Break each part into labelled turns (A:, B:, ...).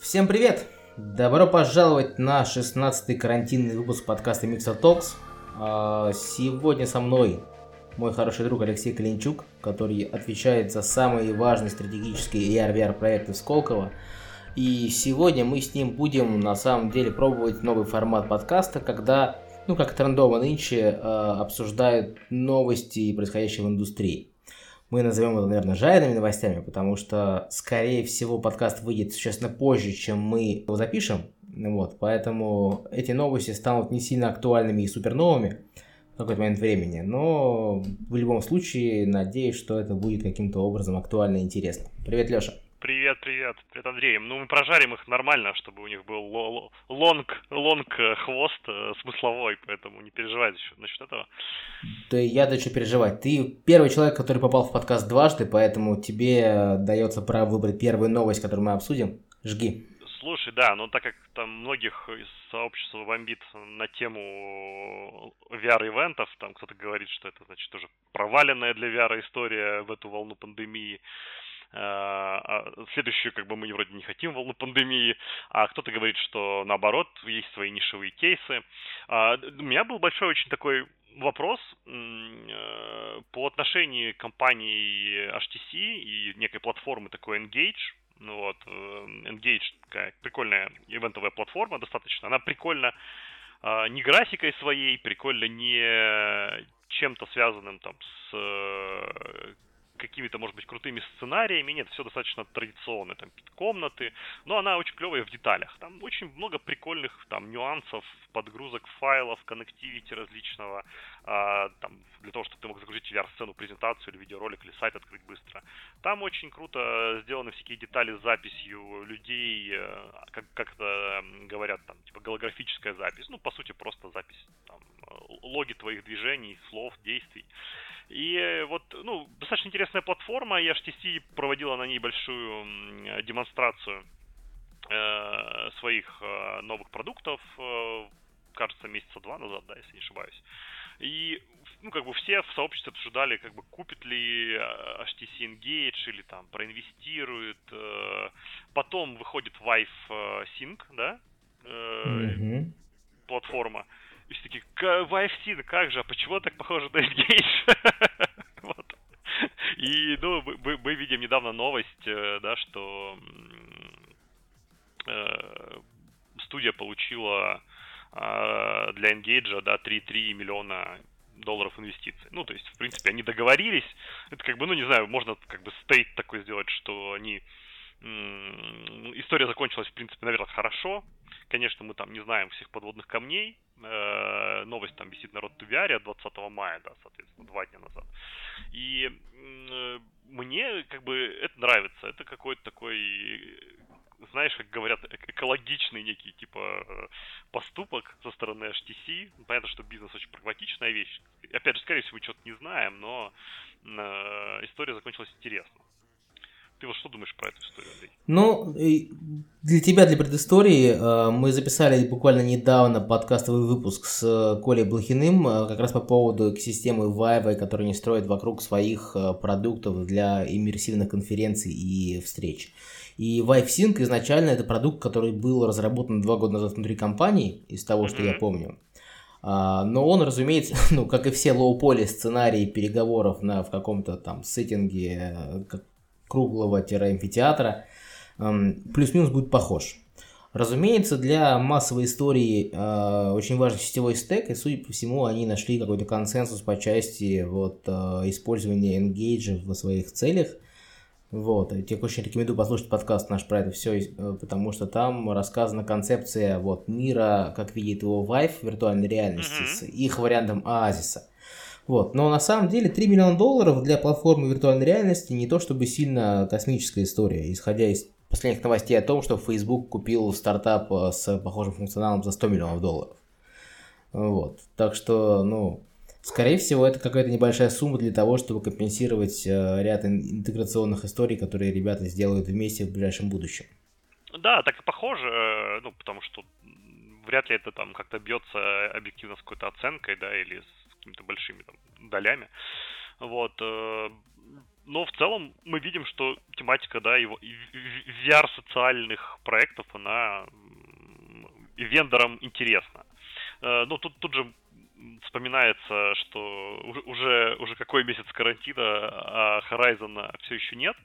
A: Всем привет! Добро пожаловать на 16-й карантинный выпуск подкаста Mixer Talks. Сегодня со мной мой хороший друг Алексей Калинчук, который отвечает за самые важные стратегические AR/VR проекты в Сколково. И сегодня мы с ним будем на самом деле пробовать новый формат подкаста, когда, как трендово нынче, обсуждают новости, происходящие в индустрии. Мы назовем это, наверное, жареными новостями, потому что, скорее всего, подкаст выйдет существенно позже, чем мы его запишем. Поэтому эти новости станут не сильно актуальными и суперновыми в какой-то момент времени. Но в любом случае, надеюсь, что это будет каким-то образом актуально и интересно. Привет, Леша.
B: Привет, Андрей. Мы прожарим их нормально, чтобы у них был лонг хвост смысловой, поэтому не переживай насчет этого.
A: Да я-то что переживать. Ты первый человек, который попал в подкаст дважды, поэтому тебе дается право выбрать первую новость, которую мы обсудим. Жги.
B: Слушай, да, но так как там многих из сообщества бомбит на тему VR-ивентов, там кто-то говорит, что это, значит, уже проваленная для VR история в эту волну пандемии, следующую, мы вроде не хотим волну пандемии, а кто-то говорит, что наоборот, есть свои нишевые кейсы. У меня был большой очень такой вопрос по отношению компании HTC и некой платформы такой Engage. Engage такая прикольная ивентовая платформа достаточно. Она прикольно не графикой своей, прикольно не чем-то связанным там с какими-то, может быть, крутыми сценариями. Нет, все достаточно традиционно. Там комнаты, но она очень клевая в деталях. Там очень много прикольных там нюансов, подгрузок файлов, коннективити различного. Там, для того, чтобы ты мог загрузить VR-сцену, презентацию или видеоролик, или сайт открыть быстро. Там очень круто сделаны всякие детали с записью людей, как это говорят, там, типа голографическая запись. По сути, просто запись там, логи твоих движений, слов, действий. И достаточно интересная платформа, и HTC проводила на ней большую демонстрацию своих новых продуктов, кажется, месяца 2 назад, да, если не ошибаюсь. И, все в сообществе обсуждали, купит ли HTC Engage или там проинвестирует. Потом выходит Vive Sync, да, платформа. И все такие, Vive Sync, как же, а почему так похоже на Engage? И, мы видим недавно новость, да, что студия получила для Engage, да, $3,3 миллиона инвестиций. То есть, в принципе, они договорились. Это не знаю, можно стейт такой сделать, что они... История закончилась, в принципе, наверное, хорошо. Конечно, мы там не знаем всех подводных камней. Новость там висит на Road to VR от 20 мая, да, соответственно, 2 дня назад. И мне, это нравится. Это какой-то такой, знаешь, как говорят, экологичный некий, поступок со стороны HTC. Понятно, что бизнес очень прагматичная вещь. Опять же, скорее всего, мы что-то не знаем, но история закончилась интересно. Ты что думаешь про эту историю, Андрей?
A: Для тебя, для предыстории, мы записали буквально недавно подкастовый выпуск с Колей Блохиным как раз по поводу экосистемы Vive, которую они строят вокруг своих продуктов для иммерсивных конференций и встреч. И Vive Sync изначально это продукт, который был разработан 2 года назад внутри компании, из того, что я помню. Но он, разумеется, как и все лоу-поли сценарии переговоров в каком-то там сеттинге, круглого-амфитеатра, плюс-минус будет похож. Разумеется, для массовой истории очень важен сетевой стек, и, судя по всему, они нашли какой-то консенсус по части использования Engage в своих целях. Я тебе очень рекомендую послушать подкаст наш про это все, потому что там рассказана концепция мира, как видит его Vive виртуальной реальности, с их вариантом Оазиса. Но на самом деле $3 миллиона для платформы виртуальной реальности не то чтобы сильно космическая история, исходя из последних новостей о том, что Facebook купил стартап с похожим функционалом за $100 миллионов. Так что, скорее всего, это какая-то небольшая сумма для того, чтобы компенсировать ряд интеграционных историй, которые ребята сделают вместе в ближайшем будущем.
B: Да, так и похоже, потому что вряд ли это там как-то бьется объективно с какой-то оценкой, да, или с какими-то большими там долями. Но в целом мы видим, что тематика, да, его VR-социальных проектов, она вендорам интересна. Ну, тут же вспоминается, что уже какой месяц карантина, а Horizon все еще нет.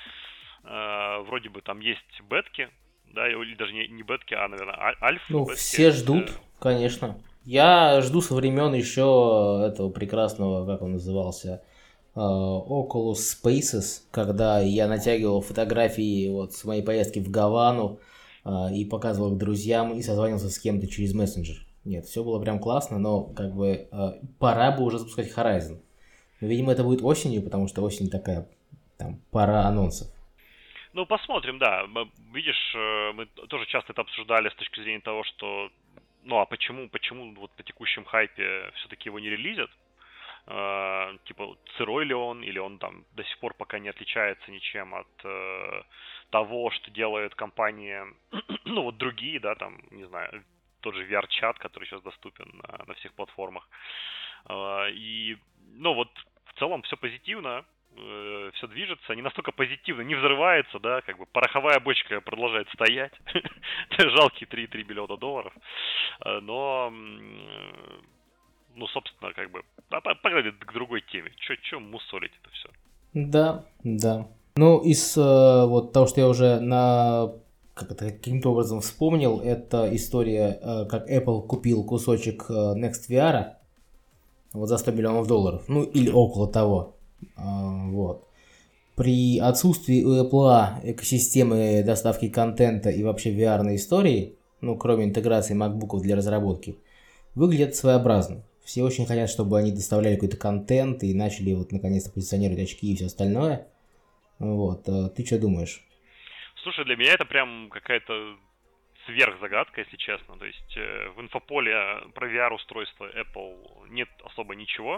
B: Вроде бы там есть бетки, да, или даже не бетки, а, наверное, альфы.
A: Ну,
B: бетки.
A: все ждут, конечно. Я жду со времен еще этого прекрасного, как он назывался, Oculus Spaces, когда я натягивал фотографии вот с моей поездки в Гавану и показывал их друзьям и созванивался с кем-то через мессенджер. Нет, все было прям классно, но как бы пора бы уже запускать Horizon. Но, видимо, это будет осенью, потому что осень такая, там, пора анонсов.
B: Ну, посмотрим, да. Видишь, мы тоже часто это обсуждали с точки зрения того, что, ну, а почему вот по текущем хайпе все-таки его не релизят? Типа, сырой ли он, или он там до сих пор пока не отличается ничем от того, что делают компании, ну, вот другие, да, там, не знаю, тот же VR-чат, который сейчас доступен на всех платформах. И, ну, вот, в целом все позитивно, все движется, не настолько позитивно, не взрывается, да, как бы пороховая бочка продолжает стоять, жалкие $3 миллиона, но, ну, собственно, как бы, погнали к другой теме, чё мусолить это все?
A: Да, да. Ну, из вот того, что я уже каким-то образом вспомнил, это история, как Apple купил кусочек Next VR вот за $100 миллионов, ну или около того. Вот. При отсутствии у Apple экосистемы доставки контента и вообще VR истории, ну кроме интеграции MacBook'ов для разработки, выглядит своеобразно. Все очень хотят, чтобы они доставляли какой-то контент и начали вот наконец-то позиционировать очки и все остальное. Вот. Ты что думаешь?
B: Слушай, для меня это прям какая-то сверхзагадка, если честно. То есть в инфополе про VR-устройство Apple нет особо ничего.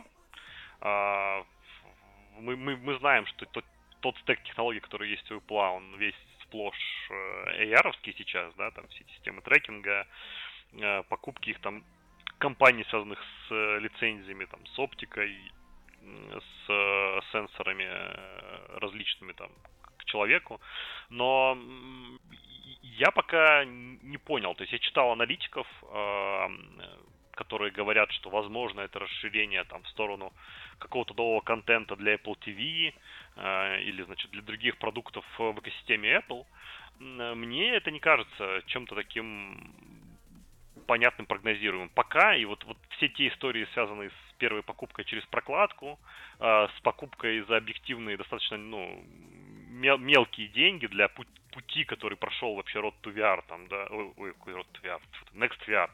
B: Мы знаем, что тот стек технологий, который есть у Apple, он весь сплошь AR-овский сейчас, да, там все системы трекинга, покупки их там компаний, связанных с лицензиями, там, с оптикой, с сенсорами различными там к человеку. Но я пока не понял. То есть я читал аналитиков, которые говорят, что возможно это расширение там в сторону какого-то нового контента для Apple TV или, значит, для других продуктов в экосистеме Apple. Мне это не кажется чем-то таким понятным, прогнозируемым. Пока, и вот все те истории, связанные с первой покупкой через прокладку, с покупкой за объективные, достаточно, ну, мелкие деньги для пути, который прошел вообще Road to VR, там, да, какой Road to VR, Next VR,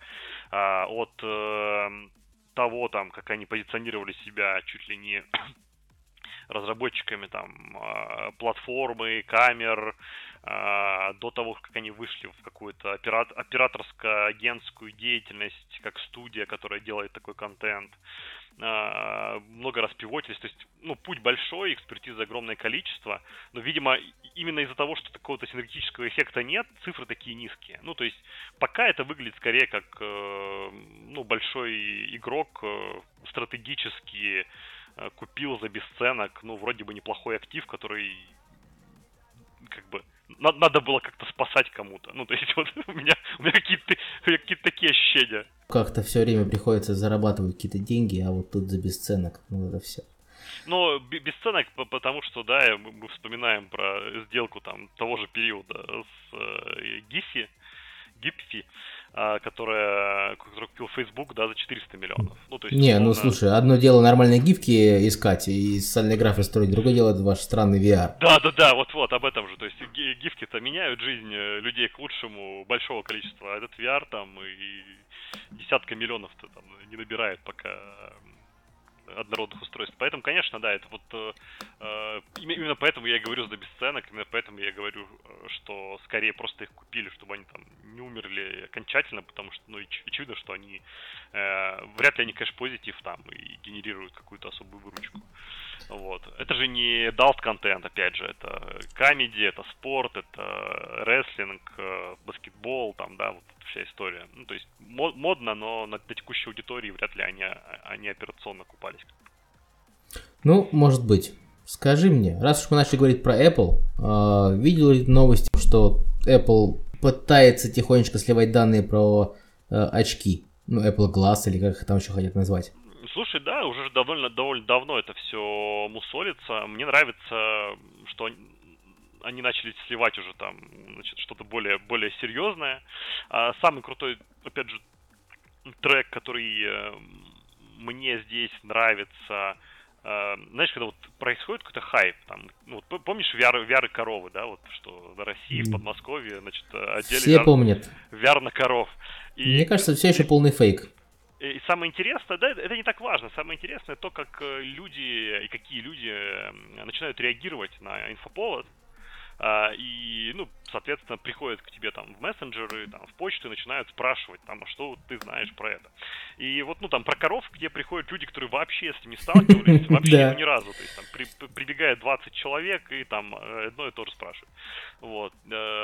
B: от того, там, как они позиционировали себя чуть ли не разработчиками там платформы, камер, до того, как они вышли в какую-то операторско-агентскую деятельность, как студия, которая делает такой контент. Много раз пивотились, то есть, ну, путь большой, экспертизы огромное количество, но, видимо, именно из-за того, что какого-то синергетического эффекта нет, цифры такие низкие. Ну, то есть, пока это выглядит скорее как, ну, большой игрок, стратегически купил за бесценок, ну, вроде бы неплохой актив, который, как бы, надо было как-то спасать кому-то. Ну, то есть, вот у меня какие-то такие ощущения.
A: Как-то все время приходится зарабатывать какие-то деньги, а вот тут за бесценок, ну это все.
B: Ну, бесценок, потому что, да, мы вспоминаем про сделку там того же периода с Гипфи, который купил Facebook, да, за 400 миллионов. Ну, то есть,
A: не,
B: условно...
A: ну слушай, одно дело нормальные гифки искать и социальные графы строить, другое дело это ваш странный VR.
B: Да, вот об этом же. То есть гифки-то меняют жизнь людей к лучшему большого количества. А этот VR там и десятка миллионов-то там не набирает пока однородных устройств. Поэтому, конечно, да, это вот именно поэтому я и говорю за бесценок, именно поэтому я говорю, что скорее просто их купили, чтобы они там не умерли окончательно, потому что, ну, очевидно, что они вряд ли они кэш-позитив там и генерируют какую-то особую выручку. Вот. Это же не adult контент, опять же, это комедия, это спорт, это рестлинг, баскетбол, там, да, вот вся история. Ну, то есть модно, но на текущей аудитории вряд ли они операционно купались.
A: Ну, может быть. Скажи мне, раз уж мы начали говорить про Apple, видел ли ты новости, что Apple пытается тихонечко сливать данные про очки? Ну, Apple Glass или как их там еще хотят назвать.
B: Слушай, да, уже довольно давно это все мусолится. Мне нравится, что они начали сливать уже там, значит, что-то более серьезное. Самый крутой, опять же, трек, который мне здесь нравится, знаешь, когда вот происходит какой-то хайп, там, ну, вот помнишь VR коровы, да, вот что в России, в Подмосковье, значит,
A: Все
B: одели
A: помнят.
B: VR на коров.
A: Мне кажется, все еще полный фейк.
B: И самое интересное, да, это не так важно, самое интересное то, как люди и какие люди начинают реагировать на инфоповод. И, ну, соответственно, приходят к тебе там в мессенджеры, там, в почту и начинают спрашивать, там, а что ты знаешь про это. И вот, ну, там, про коров, где приходят люди, которые вообще с этим не сталкивались, вообще ни разу. То есть, там, прибегает 20 человек и там одно и то же спрашивают. Вот.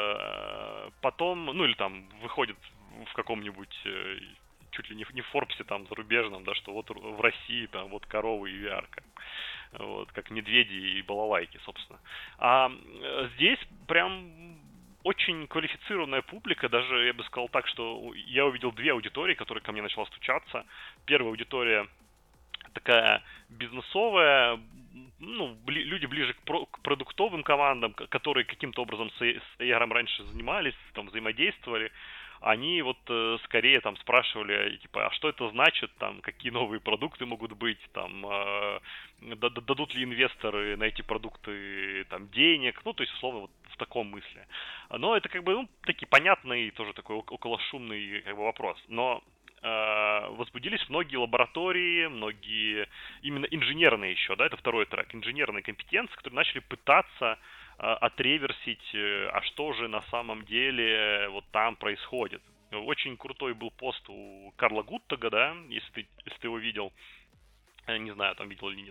B: Потом, ну, или там, выходит в каком-нибудь чуть ли не в Форбсе там зарубежном, да, что вот в России там вот коровы и VR, вот, как медведи и балалайки, собственно. А здесь прям очень квалифицированная публика, даже я бы сказал так, что я увидел две аудитории, которые ко мне начала стучаться. Первая аудитория такая бизнесовая, ну, люди ближе к продуктовым командам, которые каким-то образом с AR раньше занимались, там, взаимодействовали. Они вот скорее там спрашивали, типа, а что это значит, там, какие новые продукты могут быть, там, дадут ли инвесторы на эти продукты, там, денег, ну, то есть, условно, вот в таком смысле. Но это, как бы, ну, такой понятный, тоже такой околошумный, как бы, вопрос. Но возбудились многие лаборатории, многие, именно инженерные еще, да, это второй трек, инженерные компетенции, которые начали пытаться отреверсить, а что же на самом деле вот там происходит. Очень крутой был пост у Карла Гуттага, да, если ты его видел, не знаю, там видел или нет,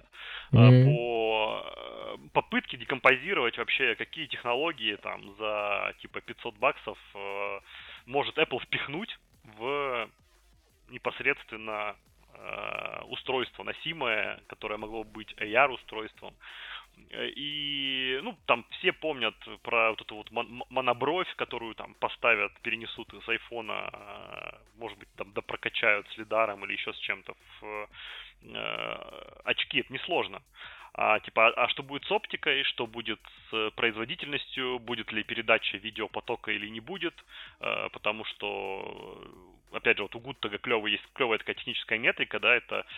B: по попытке декомпозировать вообще, какие технологии там за типа $500 может Apple впихнуть в непосредственно устройство носимое, которое могло быть AR-устройством. И, ну, там все помнят про вот эту вот монобровь, которую там поставят, перенесут из айфона, может быть, там допрокачают с лидаром или еще с чем-то в очки. Это несложно. А что будет с оптикой, что будет с производительностью, будет ли передача видеопотока или не будет, потому что, опять же, вот у Гуттага есть клевая такая техническая метрика, да, это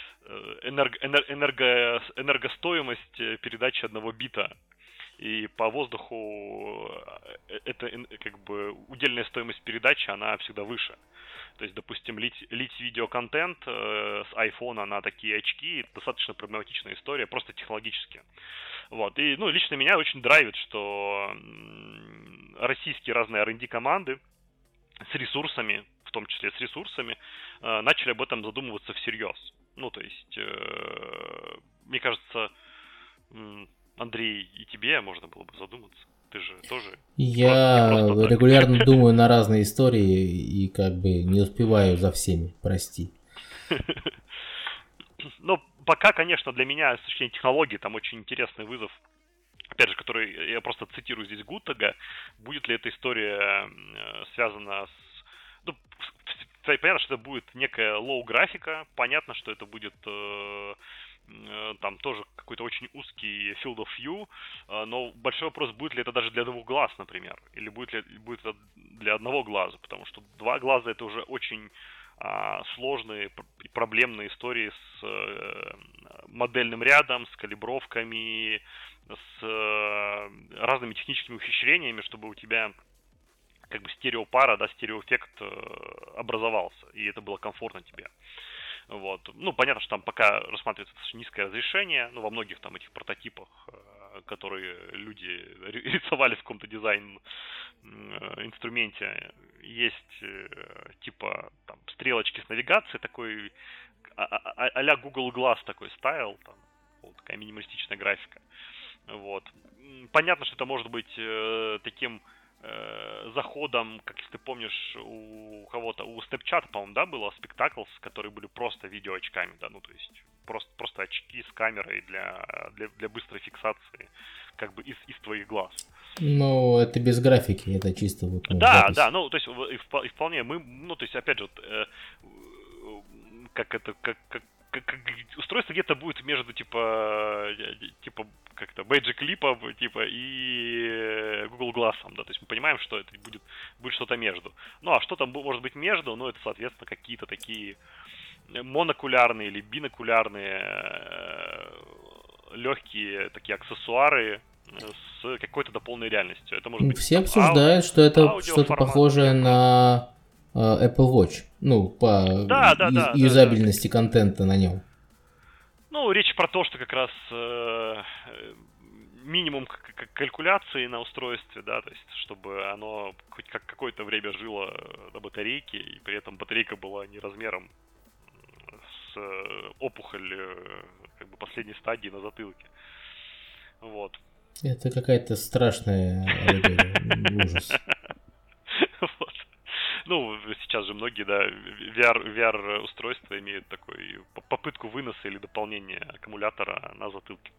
B: энергостоимость передачи одного бита. И по воздуху это как бы удельная стоимость передачи, она всегда выше. То есть, допустим, лить видеоконтент с айфона на такие очки достаточно проблематичная история, просто технологически. Вот. И, ну, лично меня очень драйвит, что российские разные R&D команды с ресурсами, в том числе с ресурсами, начали об этом задумываться всерьез. Ну, то есть, мне кажется, Андрей, и тебе можно было бы задуматься. Ты же тоже
A: Я регулярно думаю на разные истории и как бы не успеваю за всеми, прости.
B: Ну, пока, конечно, для меня с точки зрения технологии там очень интересный вызов, опять же, который я просто цитирую здесь Гуттага. Будет ли эта история связана с... Ну, понятно, что это будет некая лоу-графика, понятно, что это будет там тоже какой-то очень узкий field of view, но большой вопрос, будет ли это даже для двух глаз, например, или будет это для одного глаза, потому что два глаза это уже очень сложные и проблемные истории с модельным рядом, с калибровками, с разными техническими ухищрениями, чтобы у тебя как бы стереопара, да, стереоэффект образовался, и это было комфортно тебе. Вот. Ну, понятно, что там пока рассматривается низкое разрешение, ну, во многих там этих прототипах, которые люди рисовали в каком-то дизайн-инструменте, есть типа там стрелочки с навигацией, такой а-ля Google Glass такой стайл, там, вот такая минималистичная графика. Вот. Понятно, что это может быть таким заходом, как если ты помнишь, у кого-то, у Snapchat, по-моему, да, было Spectacles, которые были просто видеоочками, да, ну, то есть просто очки с камерой для быстрой фиксации как бы из твоих глаз.
A: Ну, это без графики, это чисто вот
B: Да,
A: запись.
B: да, ну, то есть и вполне мы, ну, то есть опять же, вот, как это, как устройство где-то будет между типа как-то Magic Leap типа и Google Glass, да, то есть мы понимаем, что это будет что-то между. Ну а что там может быть между, ну это соответственно какие-то такие монокулярные или бинокулярные легкие такие аксессуары с какой-то дополненной реальностью. Это может быть
A: Все
B: там
A: обсуждают, что это что-то
B: аудиоформат.
A: похожее на Apple Watch, ну, по
B: Да.
A: юзабельности контента на нем.
B: Ну, речь про то, что как раз минимум калькуляции на устройстве, да, то есть чтобы оно хоть какое-то время жило на батарейке, и при этом батарейка была не размером с опухоль как бы последней стадии на затылке. Вот.
A: Это какая-то страшная ужас.
B: Вот. Ну, сейчас же многие, да, VR-устройства имеют такую попытку выноса или дополнения аккумулятора на затылке.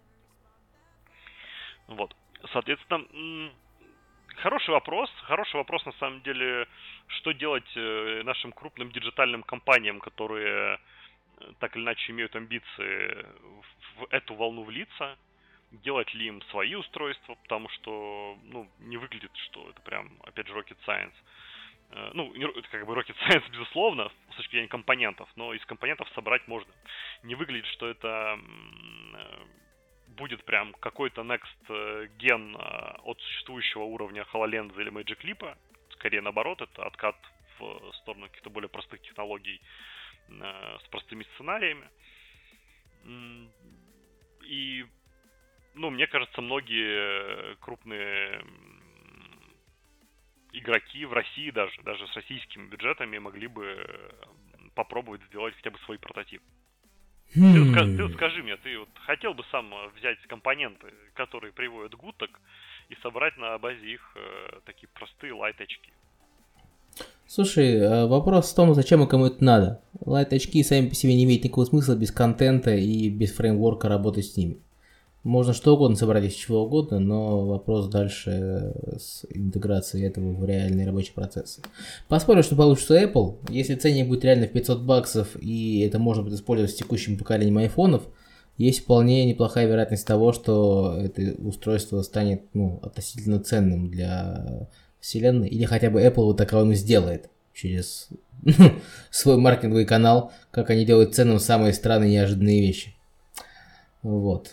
B: Вот. Соответственно, хороший вопрос на самом деле, что делать нашим крупным диджитальным компаниям, которые так или иначе имеют амбиции в эту волну влиться, делать ли им свои устройства, потому что, ну, не выглядит, что это прям, опять же, rocket science. Ну, как бы rocket science, безусловно, с точки зрения компонентов, но из компонентов собрать можно. Не выглядит, что это будет прям какой-то next ген от существующего уровня HoloLens или Magic Leap. Скорее наоборот, это откат в сторону каких-то более простых технологий с простыми сценариями. И, ну, мне кажется, многие крупные игроки в России даже с российскими бюджетами могли бы попробовать сделать хотя бы свой прототип. Ты скажи мне, ты вот хотел бы сам взять компоненты, которые приводят гуток, и собрать на базе их такие простые лайт-очки?
A: Слушай, вопрос в том, зачем и кому это надо. Лайт-очки сами по себе не имеют никакого смысла без контента и без фреймворка работать с ними. Можно что угодно собрать из чего угодно, но вопрос дальше с интеграцией этого в реальные рабочие процессы. Поспорю, что получится Apple. Если ценник будет реально в $500, и это можно будет использовать с текущим поколением айфонов, есть вполне неплохая вероятность того, что это устройство станет, ну, относительно ценным для вселенной, или хотя бы Apple вот таковым и сделает через свой маркетинговый канал, как они делают ценным самые странные неожиданные вещи. Вот.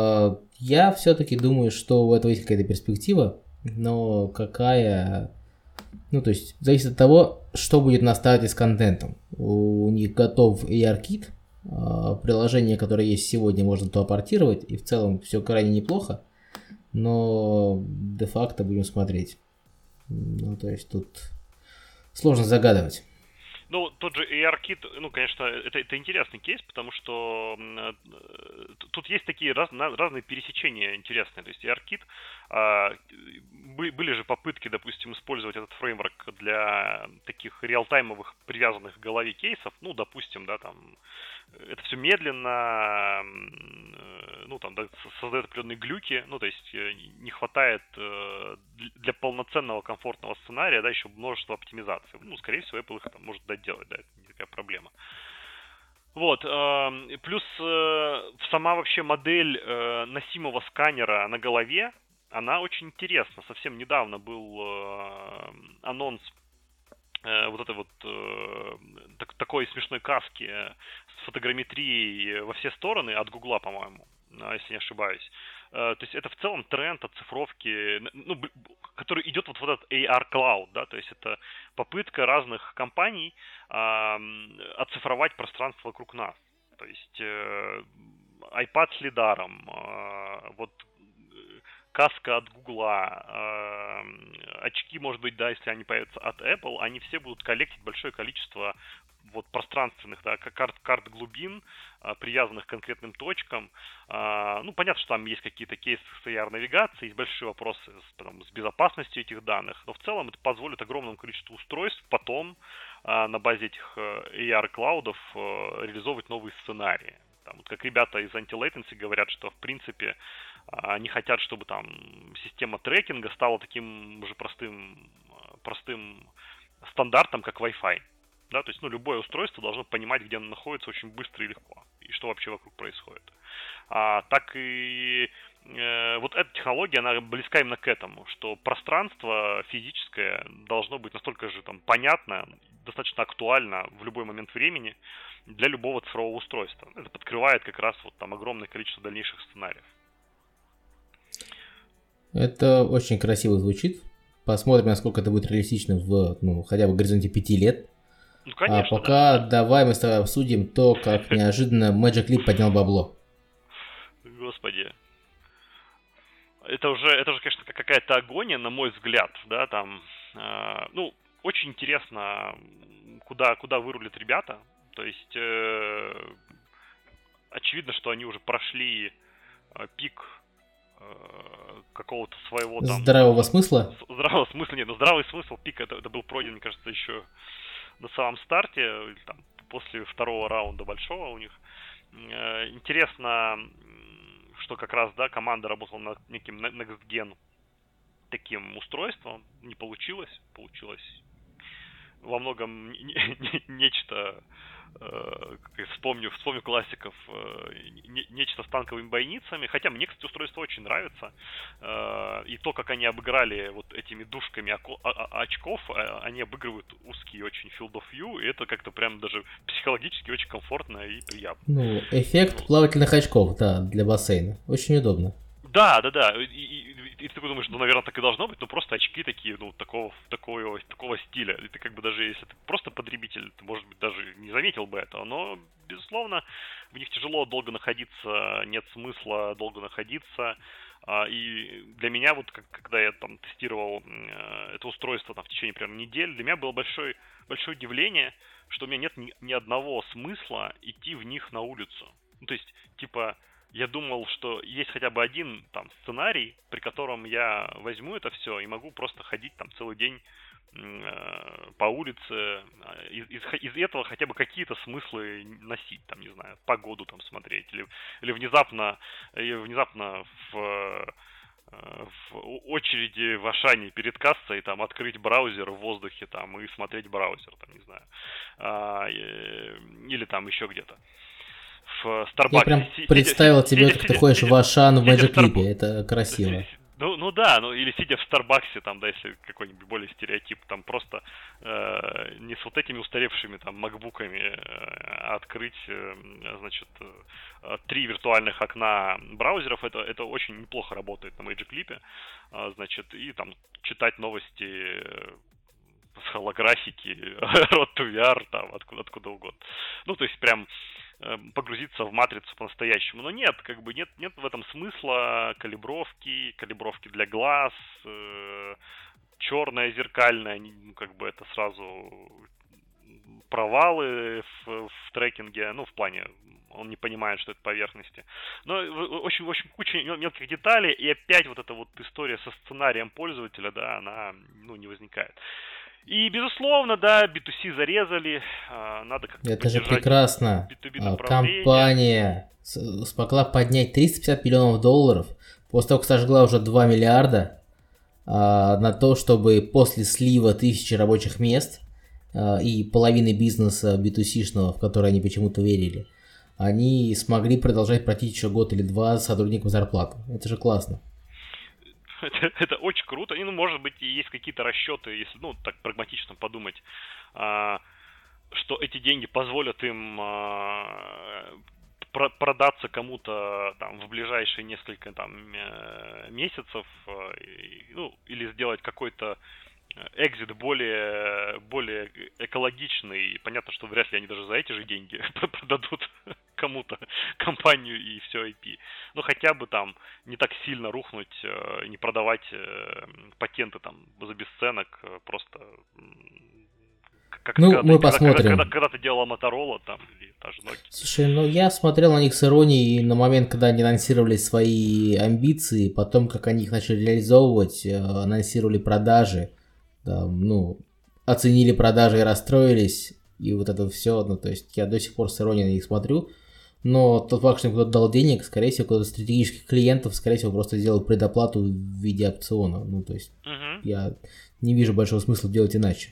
A: Я все-таки думаю, что у этого есть какая-то перспектива, но какая... Ну, то есть, зависит от того, что будет на старте с контентом. У них готов ARKit, приложение, которое есть сегодня, можно то апортировать, и в целом все крайне неплохо, но де-факто будем смотреть. Ну, то есть, тут сложно загадывать.
B: Ну, тот же ARKit, ну, конечно, это интересный кейс, потому что тут есть такие разные пересечения интересные. То есть ARKit, были же попытки, допустим, использовать этот фреймворк для таких реалтаймовых привязанных к голове кейсов. Ну, допустим, да, там, это все медленно, ну, там, да, создает определенные глюки, ну, то есть не хватает для полноценного комфортного сценария, да, еще множество оптимизаций. Ну, скорее всего, Apple их там может доделать, да, это не такая проблема. Вот, плюс сама вообще модель носимого сканера на голове, она очень интересна. Совсем недавно был анонс вот этой вот такой смешной каски с фотограмметрией во все стороны от Гугла, по-моему, если не ошибаюсь. То есть это в целом тренд оцифровки, ну, который идет вот в этот AR Cloud, да, то есть это попытка разных компаний оцифровать пространство вокруг нас. То есть iPad с лидаром, вот каска от Гугла, очки, может быть, да, если они появятся от Apple, они все будут коллектить большое количество вот пространственных, да, карт глубин, привязанных к конкретным точкам. Ну, понятно, что там есть какие-то кейсы с AR-навигацией, есть большие вопросы с безопасностью этих данных, но в целом это позволит огромному количеству устройств потом на базе этих AR-клаудов реализовывать новые сценарии. Там, вот как ребята из Anti-Latency говорят, что в принципе они хотят, чтобы там система трекинга стала таким же простым стандартом, как Wi-Fi. Да, то есть, любое устройство должно понимать, где оно находится очень быстро и легко, и что вообще вокруг происходит. Так и вот эта технология, она близка именно к этому, что пространство физическое должно быть настолько же там понятно, достаточно актуально в любой момент времени для любого цифрового устройства. Это подкрывает как раз вот там огромное количество дальнейших сценариев.
A: Это очень красиво звучит. Посмотрим, насколько это будет реалистично в хотя бы горизонте 5 лет.
B: Конечно,
A: а пока давай мы с тобой обсудим то, как неожиданно Magic Leap поднял бабло.
B: Господи. Это уже, конечно, какая-то агония, на мой взгляд, да, там, очень интересно, куда вырулят ребята, то есть, очевидно, что они уже прошли пик какого-то своего там...
A: Здравого смысла?
B: Здравого смысла нет, но здравый смысл, пик, это был пройден, мне кажется, еще на самом старте, или там, после второго раунда большого у них. Интересно, что как раз, да, команда работала над неким Next Gen таким устройством, не получилось, во многом нечто, вспомню классиков, нечто с танковыми бойницами, хотя мне, кстати, устройство очень нравится, и то, как они обыграли вот этими дужками очков, они обыгрывают узкий очень field of view, и это как-то прям даже психологически очень комфортно и приятно.
A: Эффект плавательных очков, да, для бассейна, очень удобно.
B: Да, и ты такой думаешь, наверное, так и должно быть, просто очки такие, такого стиля. И ты даже, если ты просто потребитель, ты, может быть, даже не заметил бы этого, но, безусловно, в них тяжело долго находиться, нет смысла долго находиться. И для меня, вот, когда я там тестировал это устройство в течение, примерно, недели, для меня было большое удивление, что у меня нет ни одного смысла идти в них на улицу. То есть, я думал, что есть хотя бы один там сценарий, при котором я возьму это все и могу просто ходить там целый день по улице, из этого хотя бы какие-то смыслы носить, там, не знаю, погоду там смотреть, или внезапно в очереди в Ашане перед кассой там открыть браузер в воздухе там и смотреть браузер, там, не знаю, или там еще где-то. В Starbucks.
A: Я прям представил тебе, как ты ходишь в Ашан в Magic Leap, это красиво.
B: Или сидя в Старбаксе, там, да, если какой-нибудь более стереотип, там просто не с вот этими устаревшими там макбуками открыть, значит, 3 виртуальных окна браузеров, это очень неплохо работает на Magic Leap, значит, и там читать новости с холографики, Road to VR, там, откуда угодно. То есть прям погрузиться в матрицу по-настоящему. Но нет в этом смысла калибровки для глаз, черное, зеркальное, это сразу провалы в трекинге, в плане, он не понимает, что это поверхности. Но очень куча мелких деталей, и опять вот эта вот история со сценарием пользователя, да, она, не возникает. И, безусловно, да, B2C зарезали, надо как-то
A: это же прекрасно. Компания смогла поднять $350 миллионов после того, как сожгла уже 2 миллиарда на то, чтобы после слива 1000 рабочих мест и половины бизнеса B2C-шного, в который они почему-то верили, они смогли продолжать платить еще год или два сотрудникам зарплату. Это же классно.
B: Это очень круто. И, может быть, и есть какие-то расчеты, если, так прагматично подумать, что эти деньги позволят им продаться кому-то там в ближайшие несколько там месяцев, или сделать какой-то экзит более экологичный. Понятно, что вряд ли они даже за эти же деньги продадут кому-то компанию и все IP. Но хотя бы там не так сильно рухнуть, не продавать патенты там за бесценок, просто
A: мы посмотрим.
B: Когда ты делала Motorola там, или даже Nokia.
A: Слушай, я смотрел на них с иронией на момент, когда они анонсировали свои амбиции, потом, как они их начали реализовывать, анонсировали продажи, оценили продажи и расстроились, и вот это все, то есть я до сих пор с иронией на них смотрю, Но тот факт, что им кто-то дал денег, скорее всего, кто-то стратегических клиентов, скорее всего, просто сделал предоплату в виде опциона. Ну, то есть, я не вижу большого смысла делать иначе.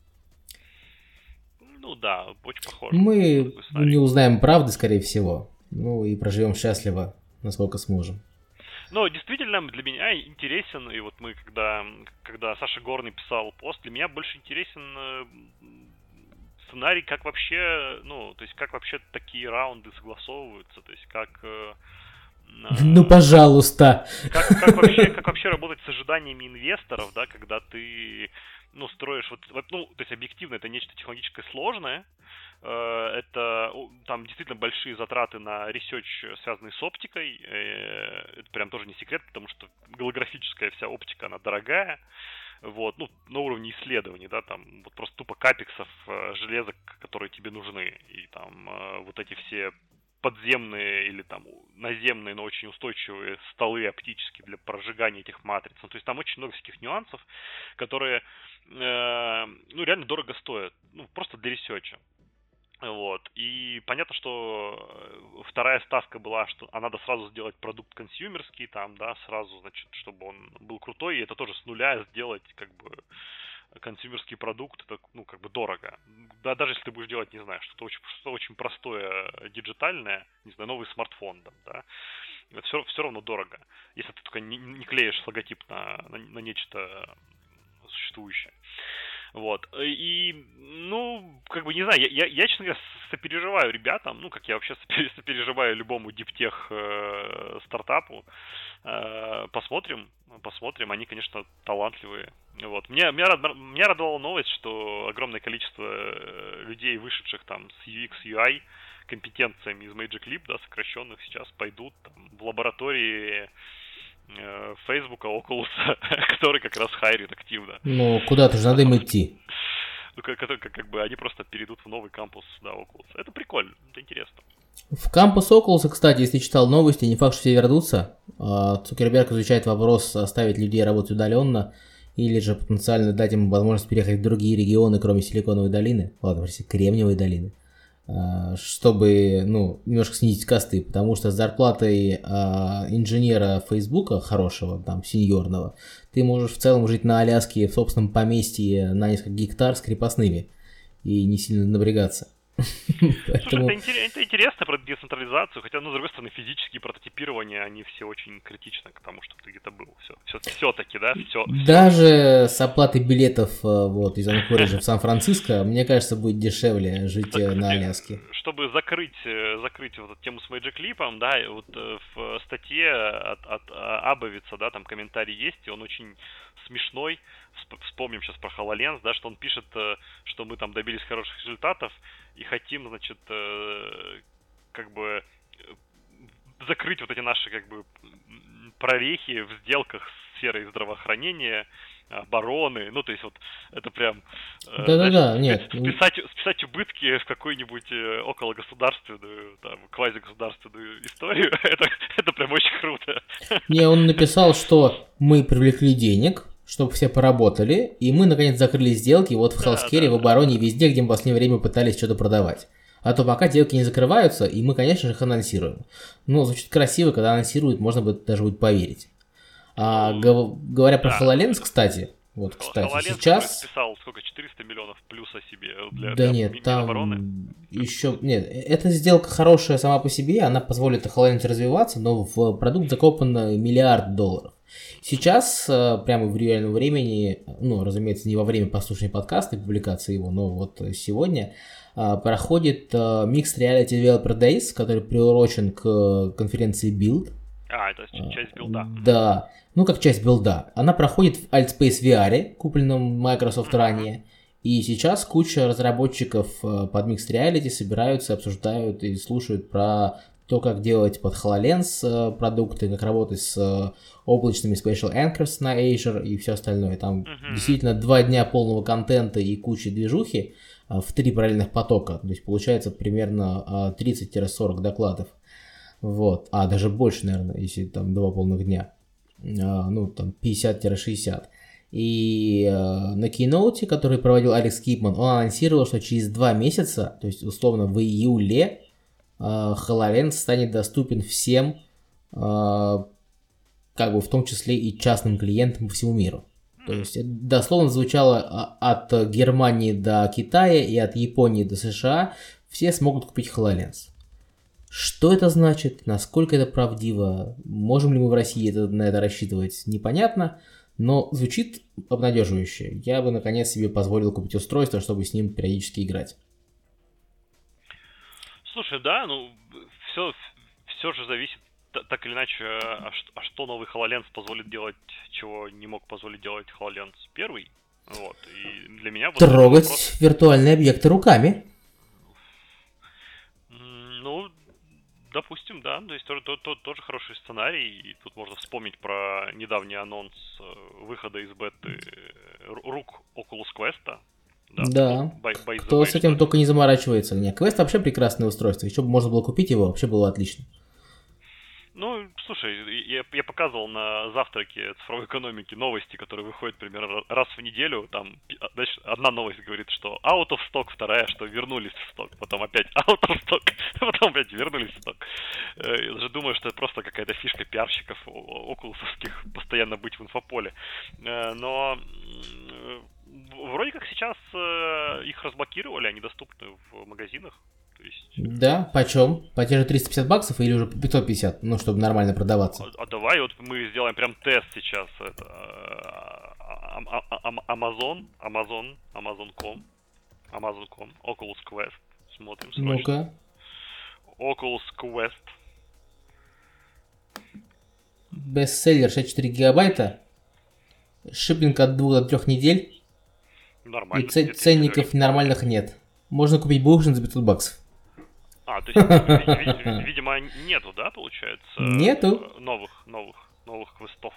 B: Ну да, очень похоже.
A: Мы не узнаем правды, скорее всего. Ну и проживем счастливо, насколько сможем.
B: Но действительно для меня интересен, и вот мы, когда Саша Горный писал пост, для меня больше интересен сценарий, как вообще, ну, то есть как вообще такие раунды согласовываются, то есть как...
A: Ну, пожалуйста.
B: Как вообще работать с ожиданиями инвесторов, да, когда ты, ну, строишь ну, то есть объективно это нечто технологическое сложное, это там действительно большие затраты на ресерч, связанные с оптикой, это прям тоже не секрет, потому что голографическая вся оптика, она дорогая, вот, ну, на уровне исследований, да, там, вот просто тупо капексов, железок, которые тебе нужны, и там вот эти все подземные или там наземные, но очень устойчивые столы оптические для прожигания этих матриц. Ну, то есть там очень много всяких нюансов, которые, ну, реально дорого стоят, ну, просто для ресерча. Вот. И понятно, что вторая ставка была, что надо сразу сделать продукт консюмерский, там, да, сразу, значит, чтобы он был крутой, и это тоже с нуля сделать, как бы, консюмерский продукт, это, ну, как бы дорого. Да, даже если ты будешь делать, не знаю, что-то очень простое, диджитальное, не знаю, новый смартфон, там, да, это все равно дорого, если ты только не клеишь логотип на нечто существующее. Вот. И, ну, как бы, не знаю, я честно говоря, сопереживаю ребятам, ну, как я вообще сопереживаю любому диптех стартапу. Посмотрим, они, конечно, талантливые. Вот. Меня радовала новость, что огромное количество людей, вышедших там с UX, UI компетенциями из Magic Leap, да, сокращенных, сейчас пойдут там в лаборатории Фейсбука, Oculus, который как раз хайрит активно.
A: Ну, куда-то же надо им идти.
B: Ну, как бы они просто перейдут в новый кампус, да, Oculus. Это прикольно, это интересно.
A: В кампус Oculus, кстати, если читал новости, не факт, что все вернутся. Цукерберг изучает вопрос, оставить людей работать удаленно, или же потенциально дать им возможность переехать в другие регионы, кроме Силиконовой долины, ладно, простите, Кремниевой долины, чтобы, ну, немножко снизить косты, потому что с зарплатой инженера Фейсбука хорошего, там, сеньорного, ты можешь в целом жить на Аляске в собственном поместье на несколько гектар с крепостными и не сильно напрягаться.
B: Поэтому... Слушай, это интересно про децентрализацию, хотя, ну, с другой стороны, физические прототипирования, они все очень критичны к тому, чтобы ты где-то был. Все-таки, да?
A: Даже с оплатой билетов вот, из Анкориджа в Сан-Франциско, мне кажется, будет дешевле жить на Аляске.
B: Чтобы закрыть вот эту тему с Magic Leap, да, вот в статье от Абовица, да, там комментарий есть, и он очень смешной. Вспомним сейчас про HoloLens, да, что он пишет, что мы там добились хороших результатов и хотим, значит, как бы закрыть вот эти наши, как бы, прорехи в сделках с сферой здравоохранения, обороны, ну, то есть вот это прям...
A: Да-да-да, нет.
B: Списать убытки в какую-нибудь окологосударственную, там, квазигосударственную историю, это прям очень круто.
A: Не, он написал, что мы привлекли денег, чтобы все поработали, и мы, наконец, закрыли сделки вот в Healthcare, в обороне, везде, где мы в последнее время пытались что-то продавать. А то пока сделки не закрываются, и мы, конечно же, их анонсируем. Ну, звучит красиво, когда анонсируют, можно даже будет поверить. Говоря про HoloLens, кстати, вот, кстати,
B: HoloLens
A: сейчас...
B: писал, сколько, 400 миллионов плюса себе
A: для нет, там обороны? Еще... Нет, эта сделка хорошая сама по себе, она позволит HoloLens развиваться, но в продукт закопан $1 миллиард. Сейчас, прямо в реальном времени, ну, разумеется, не во время послушания подкаста и публикации его, но вот сегодня проходит Mixed Reality Developer Days, который приурочен к конференции Build.
B: Это часть билда.
A: Да, ну как часть билда. Она проходит в Altspace VR, купленном Microsoft ранее. И сейчас куча разработчиков под Mixed Reality собираются, обсуждают и слушают про то, как делать под HoloLens продукты, как работать с облачными Spatial Anchors на Azure и все остальное. Там действительно 2 дня полного контента и куча движухи в 3 параллельных потока. То есть получается примерно 30-40 докладов. Вот. Даже больше, наверное, если там 2 полных дня. Ну, там 50-60. И на Keynote, который проводил Алекс Кипман, он анонсировал, что через 2 месяца, то есть условно в июле HoloLens станет доступен всем, как бы в том числе и частным клиентам по всему миру. То есть это дословно звучало от Германии до Китая и от Японии до США все смогут купить HoloLens. Что это значит, насколько это правдиво, можем ли мы в России на это рассчитывать, непонятно, но звучит обнадеживающе. Я бы наконец себе позволил купить устройство, чтобы с ним периодически играть.
B: Слушай, да, все же зависит так или иначе, что новый HoloLens позволит делать, чего не мог позволить делать HoloLens первый. Вот, и для меня...
A: Трогать виртуальные объекты руками.
B: Допустим, да, то есть тоже хороший сценарий, и тут можно вспомнить про недавний анонс выхода из беты рук Oculus Quest.
A: Да, кто с этим только не заморачивается. Нет, Quest вообще прекрасное устройство, еще бы можно было купить его, вообще было отлично.
B: Ну, слушай, я показывал на завтраке цифровой экономики новости, которые выходят примерно раз в неделю. Там, значит, одна новость говорит, что out of stock, вторая, что вернулись в сток, потом опять out of stock, потом опять вернулись в сток. Я даже думаю, что это просто какая-то фишка пиарщиков окулусовских постоянно быть в инфополе. Но вроде как сейчас их разблокировали, они доступны в магазинах.
A: Да, почем? По те же $350 или уже по 550, ну, чтобы нормально продаваться?
B: А давай вот мы сделаем прям тест сейчас. Это Amazon.com, Oculus Quest. Смотрим срочно.
A: Ну-ка.
B: Oculus Quest.
A: Бестселлер 64 гигабайта. Шиппинг от 2 до 3 недель.
B: Нормально.
A: И ценников нормальных нет. Можно купить бушин за $500.
B: То есть, видимо, нету, да, получается?
A: Нету.
B: Новых квестов.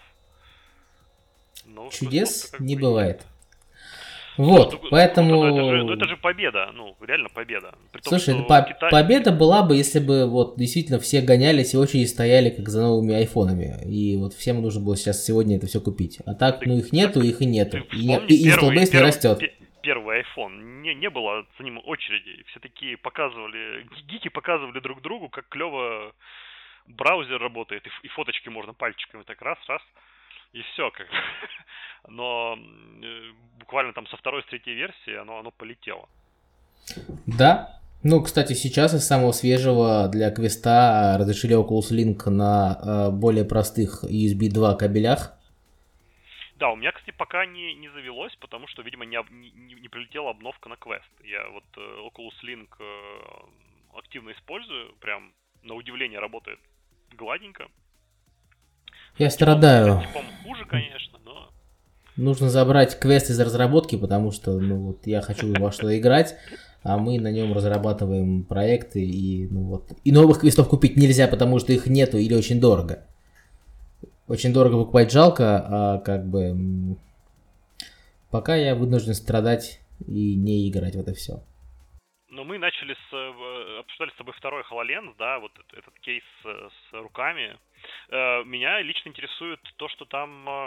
A: Чудес не бывает. Вот, поэтому...
B: Это же победа, реально победа.
A: Слушай, победа была бы, если бы вот действительно все гонялись и очереди стояли как за новыми айфонами. И вот всем нужно было сейчас сегодня это все купить. А так, их нету, их и нету. И install base не растет.
B: Первый iPhone, не было за ним очереди. Все такие гики показывали друг другу, как клево браузер работает, и фоточки можно пальчиками так раз, и все как. Но буквально там со второй, с третьей версии оно полетело.
A: Да. Ну, кстати, сейчас из самого свежего для квеста разрешили Oculus Link на более простых USB 2 кабелях.
B: Да, у меня, кстати, пока не завелось, потому что, видимо, не прилетела обновка на Quest. Я вот Oculus Link активно использую, прям на удивление работает гладенько.
A: Я страдаю.
B: Типом хуже, конечно, но...
A: Нужно забрать Quest из разработки, потому что, я хочу во что-то играть, а мы на нем разрабатываем проекты, и новых квестов купить нельзя, потому что их нету или очень дорого. Очень дорого покупать жалко, а пока я вынужден страдать и не играть в это все.
B: Но мы обсуждали с тобой второй HoloLens, да, вот этот кейс с руками. Меня лично интересует то, что там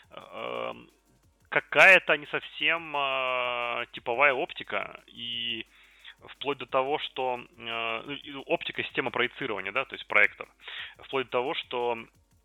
B: какая-то не совсем типовая оптика, и вплоть до того, что оптика — система проецирования, да, то есть проектор, вплоть до того, что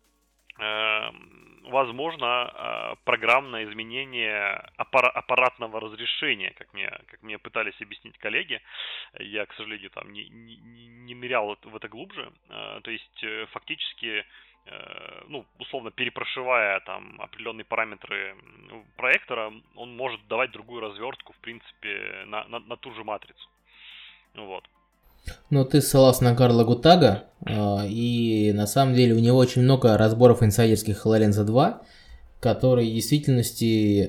B: возможно программное изменение аппаратного разрешения, как мне пытались объяснить коллеги. Я, к сожалению, там не нырял в это глубже. То есть фактически, условно перепрошивая там определенные параметры проектора, он может давать другую развертку, в принципе, на ту же матрицу. Вот.
A: Ну, ты ссылался на Карла Гутага, и на самом деле у него очень много разборов инсайдерских HoloLens 2, которые в действительности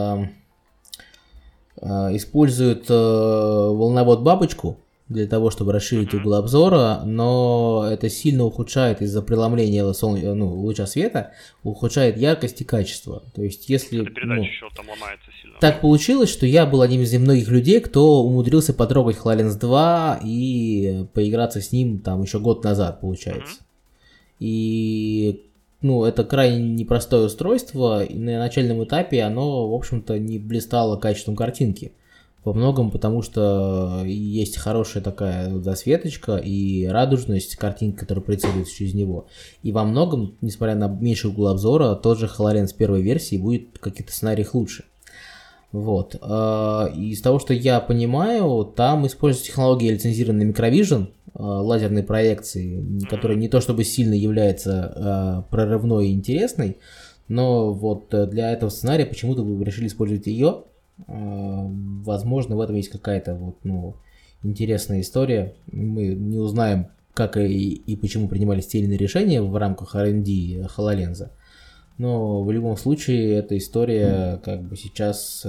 A: используют волновод-бабочку для того, чтобы расширить угол обзора, но это сильно ухудшает из-за преломления луча света, ухудшает яркость и качество. То есть, если...
B: Передача еще там ломается сильно.
A: Так получилось, что я был одним из немногих людей, кто умудрился потрогать HoloLens 2 и поиграться с ним там еще год назад, получается. И... это крайне непростое устройство, и на начальном этапе оно, в общем-то, не блистало качеством картинки. Во многом потому, что есть хорошая такая засветочка и радужность картинки, которая проецируется через него. И во многом, несмотря на меньший угол обзора, тот же HoloLens первой версии будет в каких-то сценариях лучше. Вот. И из того, что я понимаю, там используется технология лицензированной Microvision, лазерной проекции, которая не то чтобы сильно является прорывной и интересной, но вот для этого сценария почему-то вы решили использовать ее. Возможно, в этом есть какая-то вот, интересная история. Мы не узнаем, как и почему принимались те или иные решения в рамках R&D HoloLens. Но в любом случае эта история как бы сейчас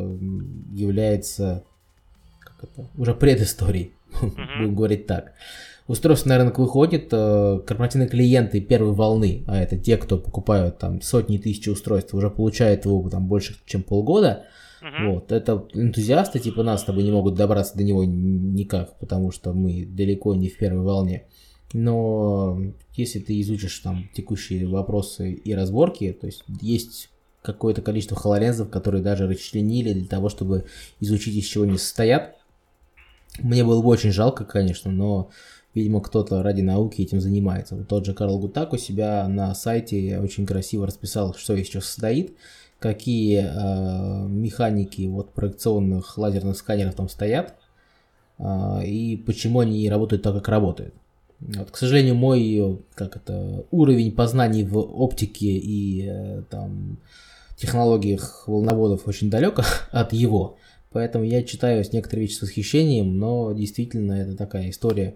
A: является уже предысторией, будем говорить так. Устройство на рынок выходит, корпоративные клиенты первой волны, а это те, кто покупают там сотни тысяч устройств, уже получают его там больше, чем полгода. Вот, это энтузиасты типа нас с тобой не могут добраться до него никак, потому что мы далеко не в первой волне. Но если ты изучишь там текущие вопросы и разборки, то есть какое-то количество HoloLens'ов, которые даже расчленили для того, чтобы изучить, из чего они состоят. Мне было бы очень жалко, конечно, но, видимо, кто-то ради науки этим занимается. Вот тот же Карл Гутак у себя на сайте очень красиво расписал, что из чего состоит, какие механики вот проекционных лазерных сканеров там стоят, и почему они работают так, как работают. Вот, к сожалению, мой уровень познаний в оптике и там технологиях волноводов очень далек от его, поэтому я читаю некоторые вещи с восхищением, но действительно это такая история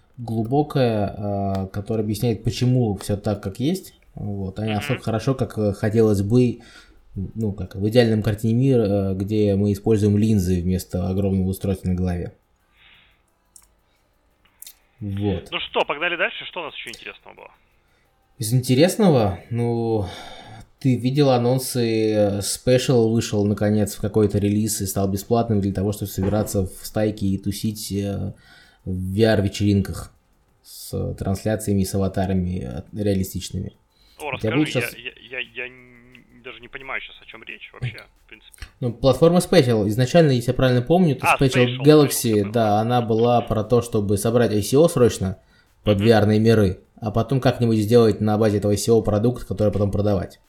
A: глубокая, которая объясняет, почему все так, как есть. Вот, а не настолько хорошо, как хотелось бы, как в идеальном картине мира, где мы используем линзы вместо огромного устройства на голове. Вот.
B: Ну что, погнали дальше. Что у нас еще интересного было?
A: Из интересного, ты видел анонсы, Special вышел наконец в какой-то релиз и стал бесплатным для того, чтобы собираться в стайки и тусить в VR-вечеринках с трансляциями и с аватарами реалистичными.
B: Расскажи, я даже не понимаю сейчас, о чем речь вообще, в принципе.
A: Платформа Special, изначально, если я правильно помню, то Special Galaxy, да, она была про то, чтобы собрать ICO срочно под VR-ные миры, а потом как-нибудь сделать на базе этого ICO продукт, который потом продавать.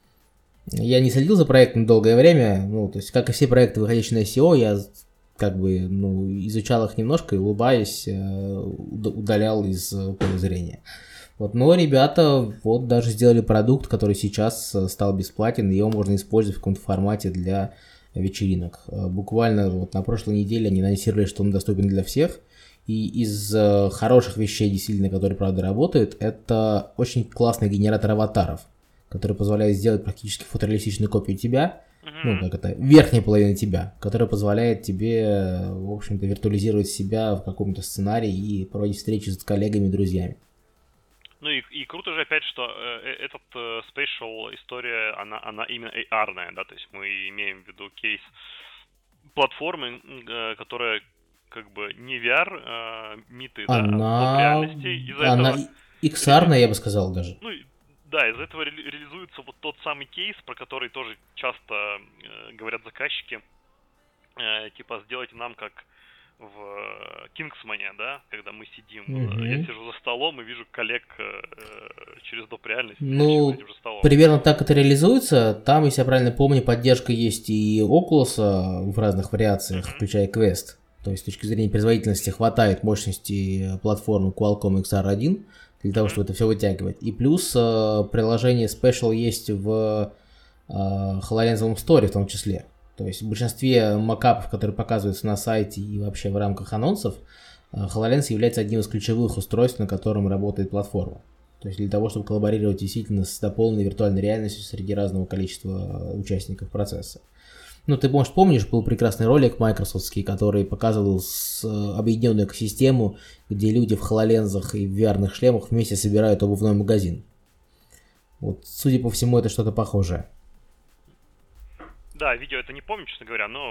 A: Я не следил за проектом долгое время, то есть, как и все проекты, выходящие на ICO, я изучал их немножко и, улыбаясь, удалял из поля зрения. Вот, но ребята даже сделали продукт, который сейчас стал бесплатен, и его можно использовать в каком-то формате для вечеринок. Буквально на прошлой неделе они анонсировали, что он доступен для всех. И из хороших вещей, действительно, которые, правда, работают, это очень классный генератор аватаров, который позволяет сделать практически фотореалистичную копию тебя, верхняя половина тебя, которая позволяет тебе, в общем-то, виртуализировать себя в каком-то сценарии и проводить встречи с коллегами и друзьями.
B: И круто же опять, что этот Spatial история, она именно AR-ная, да, то есть мы имеем в виду кейс платформы, которая как бы не VR, миты,
A: она...
B: от реальности.
A: Она XR-ная, я бы сказал даже.
B: Да, из-за этого реализуется вот тот самый кейс, про который тоже часто говорят заказчики, типа сделайте нам как в Кингсмане, да, когда мы сидим, я сижу за столом и вижу коллег через доп. Реальность.
A: Примерно так это реализуется. Там, если я правильно помню, поддержка есть и Oculus в разных вариациях, включая Quest. То есть с точки зрения производительности хватает мощности платформы Qualcomm XR1 для того, чтобы это все вытягивать. И плюс приложение Special есть в HoloLens Store в том числе. То есть в большинстве макапов, которые показываются на сайте и вообще в рамках анонсов, HoloLens является одним из ключевых устройств, на котором работает платформа. То есть для того, чтобы коллаборировать действительно с дополненной виртуальной реальностью среди разного количества участников процесса. Ты, может, помнишь, был прекрасный ролик майкрософтский, который показывал объединенную экосистему, где люди в HoloLens'ах и в VR-ных шлемах вместе собирают обувной магазин. Вот, судя по всему, это что-то похожее.
B: Да, видео это не помню, честно говоря, но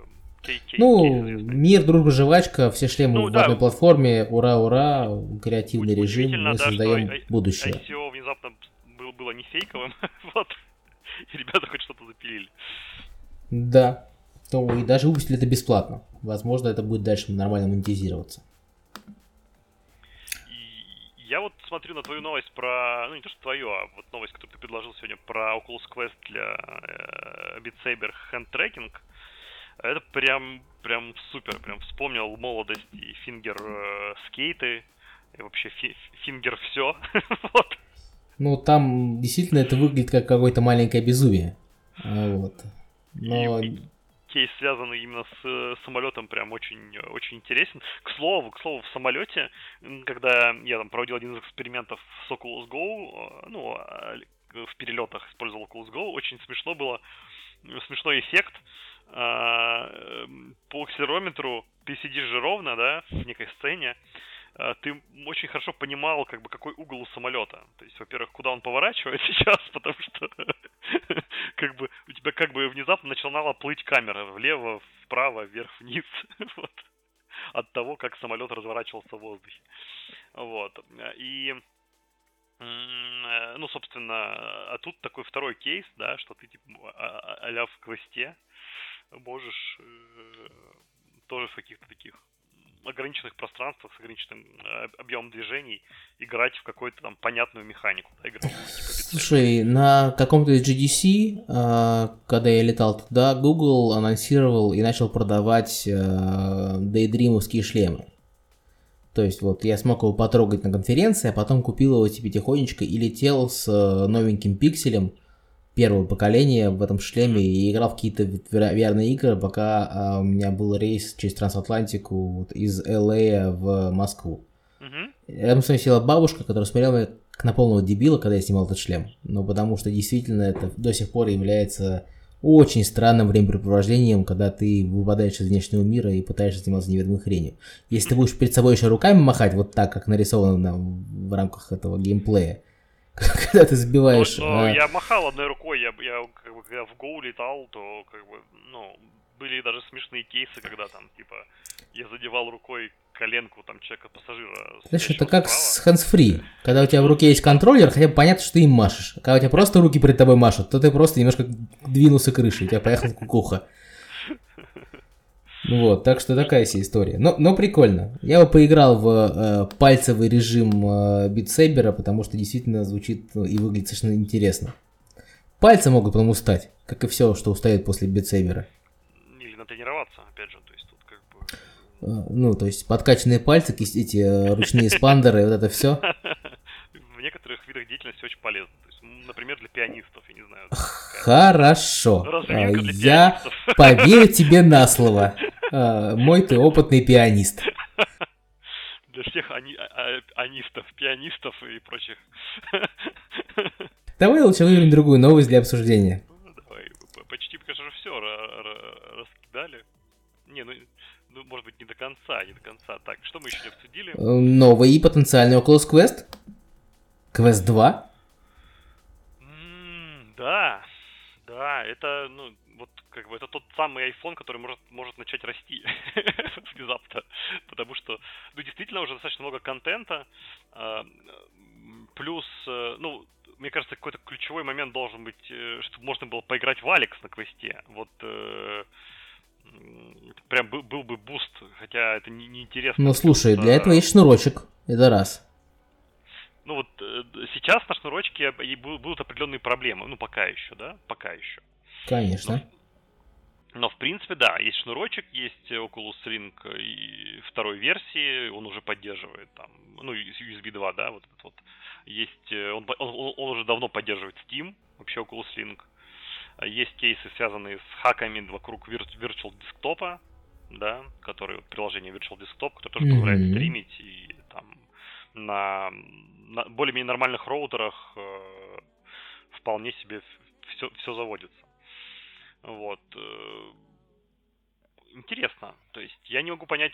A: мир, дружба, жвачка, все шлемы в одной платформе, ура, креативный режим, мы создаем будущее.
B: ICO внезапно было не фейковым, вот, и ребята хоть что-то запилили.
A: Да, то и даже выпустили это бесплатно. Возможно, это будет дальше нормально монетизироваться.
B: И я вот смотрю на твою новость про... Ну, не то, что твою, а вот новость, которую ты предложил сегодня про Oculus Quest для Beat Saber Hand Tracking. Это прям супер. Прям вспомнил молодость и фингер скейты, и вообще фингер все. Вот.
A: Ну, там действительно это выглядит как какое-то маленькое безумие. Вот. Но...
B: И кейс, связанный именно с самолетом, прям очень, очень интересен. К слову, в самолете, когда я там проводил один из экспериментов с Oculus Go, ну, в перелетах использовал Oculus Go, очень смешно было, смешной эффект. По акселерометру ты сидишь же ровно, да, в некой сцене, ты очень хорошо понимал, как бы, какой угол у самолета. То есть, во-первых, куда он поворачивает сейчас, потому что как бы у тебя как бы внезапно начинала плыть камера влево, вправо, вверх, вниз, вот, от того, как самолет разворачивался в воздухе. Вот. И ну, собственно, а тут такой второй кейс, да, что ты типа а-ля в квесте можешь тоже в каких-то таких ограниченных пространствах с ограниченным объемом движений играть в какую-то там понятную механику. Да, игровую, типа,
A: слушай, на каком-то GDC, когда я летал туда, Google анонсировал и начал продавать дейдримовские шлемы. То есть вот я смог его потрогать на конференции, а потом купил его типа тихонечко и летел с новеньким пикселем первого поколения в этом шлеме и играл в какие-то VR-игры, пока у меня был рейс через трансатлантику вот, из LA в Москву. Рядом с мной села бабушка, которая смотрела меня как на полного дебила, когда я снимал этот шлем. Ну, потому что действительно это до сих пор является очень странным времяпрепровождением, когда ты выпадаешь из внешнего мира и пытаешься заниматься неведомой хренью. Если ты будешь перед собой еще руками махать, вот так, как нарисовано в рамках этого геймплея, когда ты сбиваешь...
B: Я махал одной рукой, я как бы, когда в Go летал, то как бы, ну, были даже смешные кейсы, когда там, типа, я задевал рукой коленку там человека-пассажира.
A: Знаешь, это как с hands-free. Когда у тебя в руке есть контроллер, хотя бы понятно, что ты им машешь. Когда у тебя просто руки перед тобой машут, то ты просто немножко двинулся крышей, у тебя поехал кукуха. Вот, так что такая себе история. Но прикольно. Я бы поиграл в пальцевый режим Beat Saber, потому что действительно звучит и выглядит совершенно интересно. Пальцы могут потом устать, как и все, что устает после Beat Saber.
B: Или натренироваться, опять же, то есть тут как бы...
A: Ну, то есть подкачанные пальцы, эти ручные спандеры, вот это все.
B: В некоторых видах деятельности очень полезно. То есть, например, для пианистов, я не знаю.
A: Хорошо.
B: Разминка для
A: Я
B: пианистов.
A: поверю тебе на слово. Мой ты опытный пианист.
B: Для всех анистов, пианистов и прочих.
A: Давай лучше выберем другую новость для обсуждения.
B: Ну, давай. Почти, кажется, уже все раскидали. Не, ну, может быть, не до конца. Так, что мы еще не обсудили?
A: Новый и потенциальный Oculus Quest? Quest 2?
B: Да, это, ну, вот, как бы, это тот самый iPhone, который может начать расти внезапно, потому что, ну, действительно, уже достаточно много контента, плюс, ну, мне кажется, какой-то ключевой момент должен быть, чтобы можно было поиграть в Алекс на квесте, вот, прям был бы буст, хотя это неинтересно.
A: Ну, слушай, для этого есть шнурочек, это раз.
B: Ну вот сейчас на шнурочке будут определенные проблемы, ну пока еще, да, пока еще.
A: Конечно.
B: Но в принципе, да, есть шнурочек, есть Oculus Ring и второй версии, он уже поддерживает там, ну USB 2, да, вот этот вот. Есть, он уже давно поддерживает Steam, вообще Oculus Ring. Есть кейсы, связанные с хаками вокруг Virtual Desktop, да, которые приложение Virtual Desktop, которое тоже позволяет стримить и там на более-менее нормальных роутерах вполне себе все заводится. Вот. Интересно. То есть я не могу понять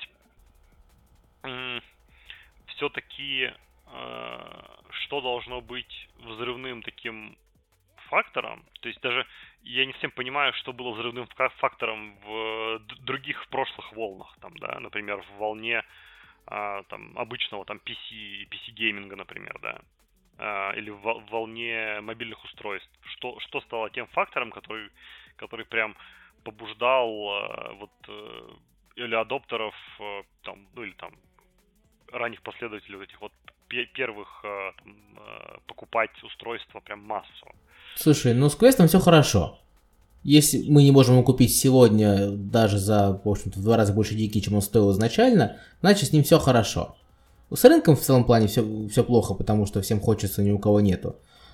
B: все-таки, что должно быть взрывным таким фактором. То есть даже я не совсем понимаю, что было взрывным фактором в других прошлых волнах. Там, да, например, в волне там обычного там PC гейминга, например, да, или в волне мобильных устройств. Что стало тем фактором, который прям побуждал адоптеров, или ранних последователей вот этих вот первых покупать устройства прям массово.
A: Слушай, ну с квестом все хорошо. Если мы не можем его купить сегодня даже за, в общем-то, в 2 раза больше деньги, чем он стоил изначально, значит с ним все хорошо. С рынком в целом плане все плохо, потому что всем хочется, ни у кого нету.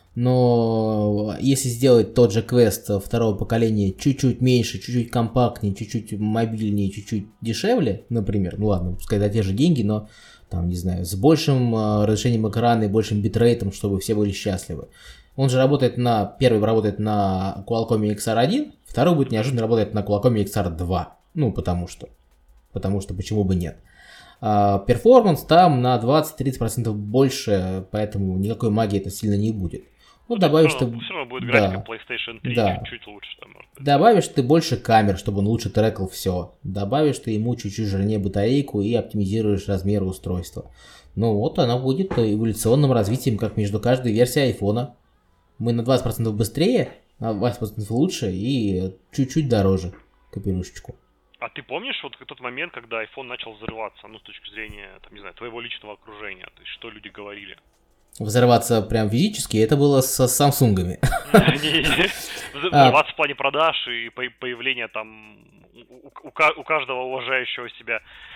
A: Но если сделать тот же квест второго поколения чуть-чуть меньше, чуть-чуть компактнее, чуть-чуть мобильнее, чуть-чуть дешевле, например, ну ладно, пускай за те же деньги, но там, не знаю, с большим разрешением экрана и большим битрейтом, чтобы все были счастливы. Он же первый работает на Qualcomm XR1, второй будет неожиданно работать на Qualcomm XR2. Ну, потому что почему бы нет. Перформанс там на 20-30% больше, поэтому никакой магии это сильно не будет. Ну, добавишь ты...
B: Все равно будет графика PlayStation 3 чуть лучше. Там, может быть.
A: Добавишь ты больше камер, чтобы он лучше трекал все. Добавишь ты ему чуть-чуть жирнее батарейку и оптимизируешь размеры устройства. Ну вот оно будет эволюционным развитием, как между каждой версией айфона. Мы на 20% быстрее, на 20% лучше и чуть-чуть дороже капелюшечку.
B: А ты помнишь вот тот момент, когда iPhone начал взрываться, ну, с точки зрения, там, не знаю, твоего личного окружения, то есть что люди говорили?
A: Взорваться прям физически, это было с самсунгами.
B: Взорваться в плане продаж и появления там у каждого уважающего себя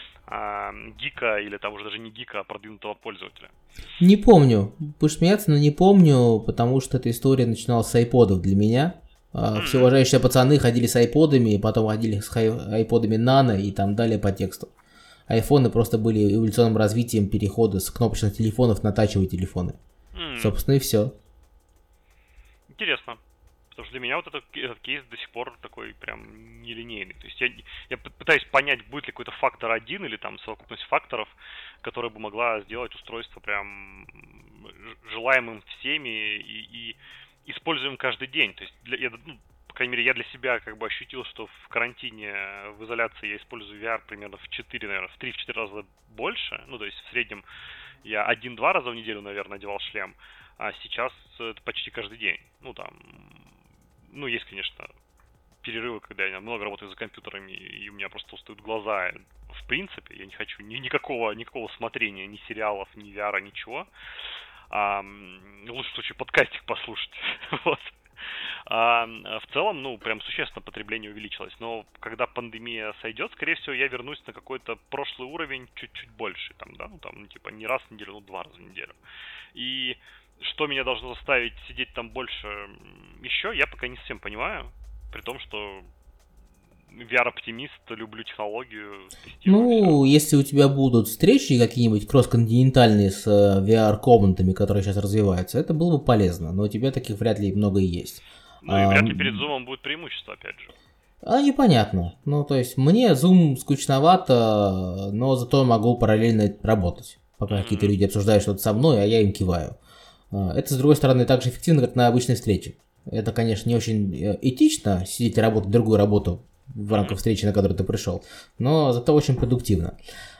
B: гика, или там уже даже не гика, а продвинутого пользователя.
A: Не помню. Будешь смеяться, но не помню, потому что эта история начиналась с айподов для меня. Все уважающие пацаны ходили с айподами, потом ходили с айподами нано и там далее по тексту. Айфоны просто были эволюционным развитием перехода с кнопочных телефонов на тачевые телефоны. Собственно, и все.
B: Интересно. Потому что для меня вот этот кейс до сих пор такой прям нелинейный. То есть я пытаюсь понять, будет ли какой-то фактор один или там совокупность факторов, которая бы могла сделать устройство прям желаемым всеми и используем каждый день. То есть, по крайней мере, я для себя как бы ощутил, что в карантине, в изоляции я использую VR примерно в 4, наверное, в 3-4 раза больше. Ну, то есть в среднем я 1-2 раза в неделю, наверное, одевал шлем, а сейчас это почти каждый день. Ну, там, есть, конечно, перерывы, когда я много работаю за компьютерами, и у меня просто устают глаза. В принципе, я не хочу никакого смотрения, ни сериалов, ни VR, ничего. В лучшем случае подкастик послушать. Вот. В целом, прям существенно потребление увеличилось. Но когда пандемия сойдет, скорее всего, я вернусь на какой-то прошлый уровень чуть-чуть больше. Типа не раз в неделю, но 2 раза в неделю. И что меня должно заставить сидеть там больше еще, я пока не совсем понимаю. При том, что VR-оптимист, люблю технологию.
A: Ну, если у тебя будут встречи какие-нибудь кросс-континентальные с VR-комнатами, которые сейчас развиваются, это было бы полезно, но у тебя таких вряд ли много и есть.
B: Ну и вряд ли перед Zoom будет преимущество, опять же.
A: Непонятно. Ну, то есть, мне Zoom скучновато, но зато могу параллельно работать, пока какие-то люди обсуждают что-то со мной, а я им киваю. Это, с другой стороны, так же эффективно, как на обычной встрече. Это, конечно, не очень этично, сидеть и работать другую работу в рамках встречи, на которую ты пришел, но зато очень продуктивно.